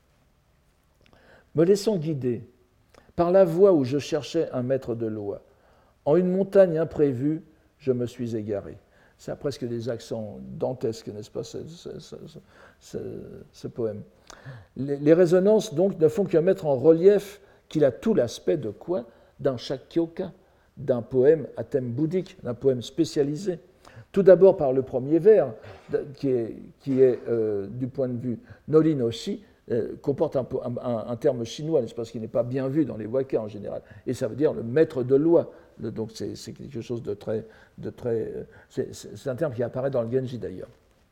Me laissant guider par la voie où je cherchais un maître de loi, en une montagne imprévue, je me suis égaré. Ça a presque des accents dantesques, n'est-ce pas, ce, ce, ce, ce, ce poème. Les, les résonances, donc, ne font que mettre en relief qu'il a tout l'aspect de quoi ? D'un shakyoka, d'un poème à thème bouddhique, d'un poème spécialisé. Tout d'abord par le premier vers, qui est, qui est euh, du point de vue Nori no shi, euh, comporte un, un, un terme chinois, n'est-ce pas, ce qui n'est pas bien vu dans les waka en général. Et ça veut dire le maître de loi. Donc c'est, c'est quelque chose de très... De très c'est, c'est un terme qui apparaît dans le Genji d'ailleurs.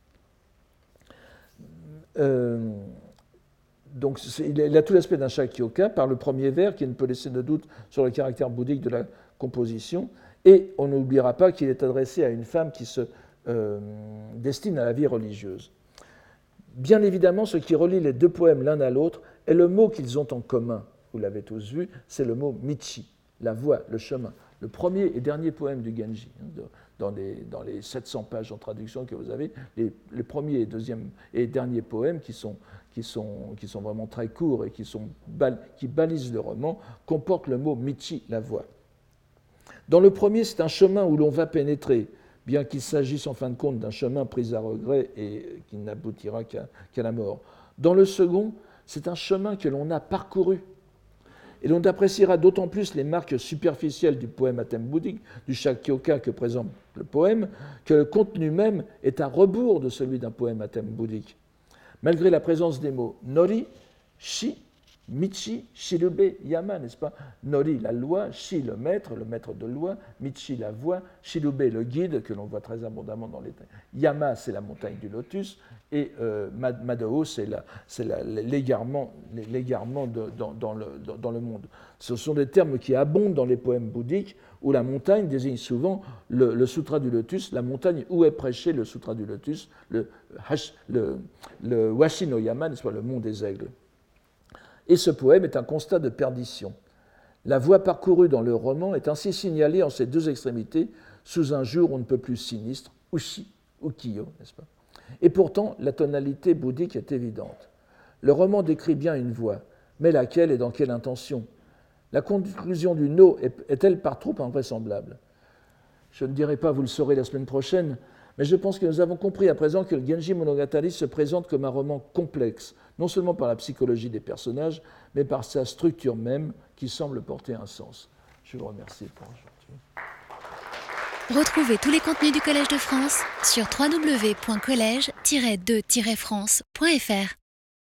Euh, donc c'est, il a tout l'aspect d'un shakyoka par le premier vers qui ne peut laisser de doute sur le caractère bouddhique de la composition. Et on n'oubliera pas qu'il est adressé à une femme qui se euh, destine à la vie religieuse. Bien évidemment, ce qui relie les deux poèmes l'un à l'autre est le mot qu'ils ont en commun. Vous l'avez tous vu, c'est le mot michi, la voie, le chemin. Le premier et dernier poème du Genji, dans les, dans les sept cents pages en traduction que vous avez, les, les premiers et deuxième et derniers poèmes qui sont, qui sont, qui sont vraiment très courts et qui, sont, qui balisent le roman, comportent le mot michi, la voie. Dans le premier, c'est un chemin où l'on va pénétrer, bien qu'il s'agisse en fin de compte d'un chemin pris à regret et qui n'aboutira qu'à, qu'à la mort. Dans le second, c'est un chemin que l'on a parcouru. Et l'on appréciera d'autant plus les marques superficielles du poème à thème bouddhique, du shakyoka que présente le poème, que le contenu même est à rebours de celui d'un poème à thème bouddhique. Malgré la présence des mots nori, shi, michi, shirube, yama, n'est-ce pas ? Nori, la loi, shi, le maître, le maître de loi, michi, la voie, shirube, le guide, que l'on voit très abondamment dans les textes. Yama, c'est la montagne du lotus, et euh, Madao, c'est, la, c'est la, l'égarement, l'égarement de, dans, dans, le, dans le monde. Ce sont des termes qui abondent dans les poèmes bouddhiques, où la montagne désigne souvent le, le sutra du lotus, la montagne où est prêché le sutra du lotus, le, le, le washi no yama, n'est-ce pas, le mont des aigles. Et ce poème est un constat de perdition. La voie parcourue dans le roman est ainsi signalée en ses deux extrémités sous un jour on ne peut plus sinistre, ushi, ukiyo, n'est-ce pas ? Et pourtant, la tonalité bouddhique est évidente. Le roman décrit bien une voie, mais laquelle et dans quelle intention ? La conclusion du no est-elle par trop invraisemblable ? Je ne dirai pas, vous le saurez la semaine prochaine, mais je pense que nous avons compris à présent que le Genji Monogatari se présente comme un roman complexe, non seulement par la psychologie des personnages, mais par sa structure même qui semble porter un sens. Je vous remercie pour aujourd'hui. Retrouvez tous les contenus du Collège de France sur w w w point collège tiret de tiret france point f r.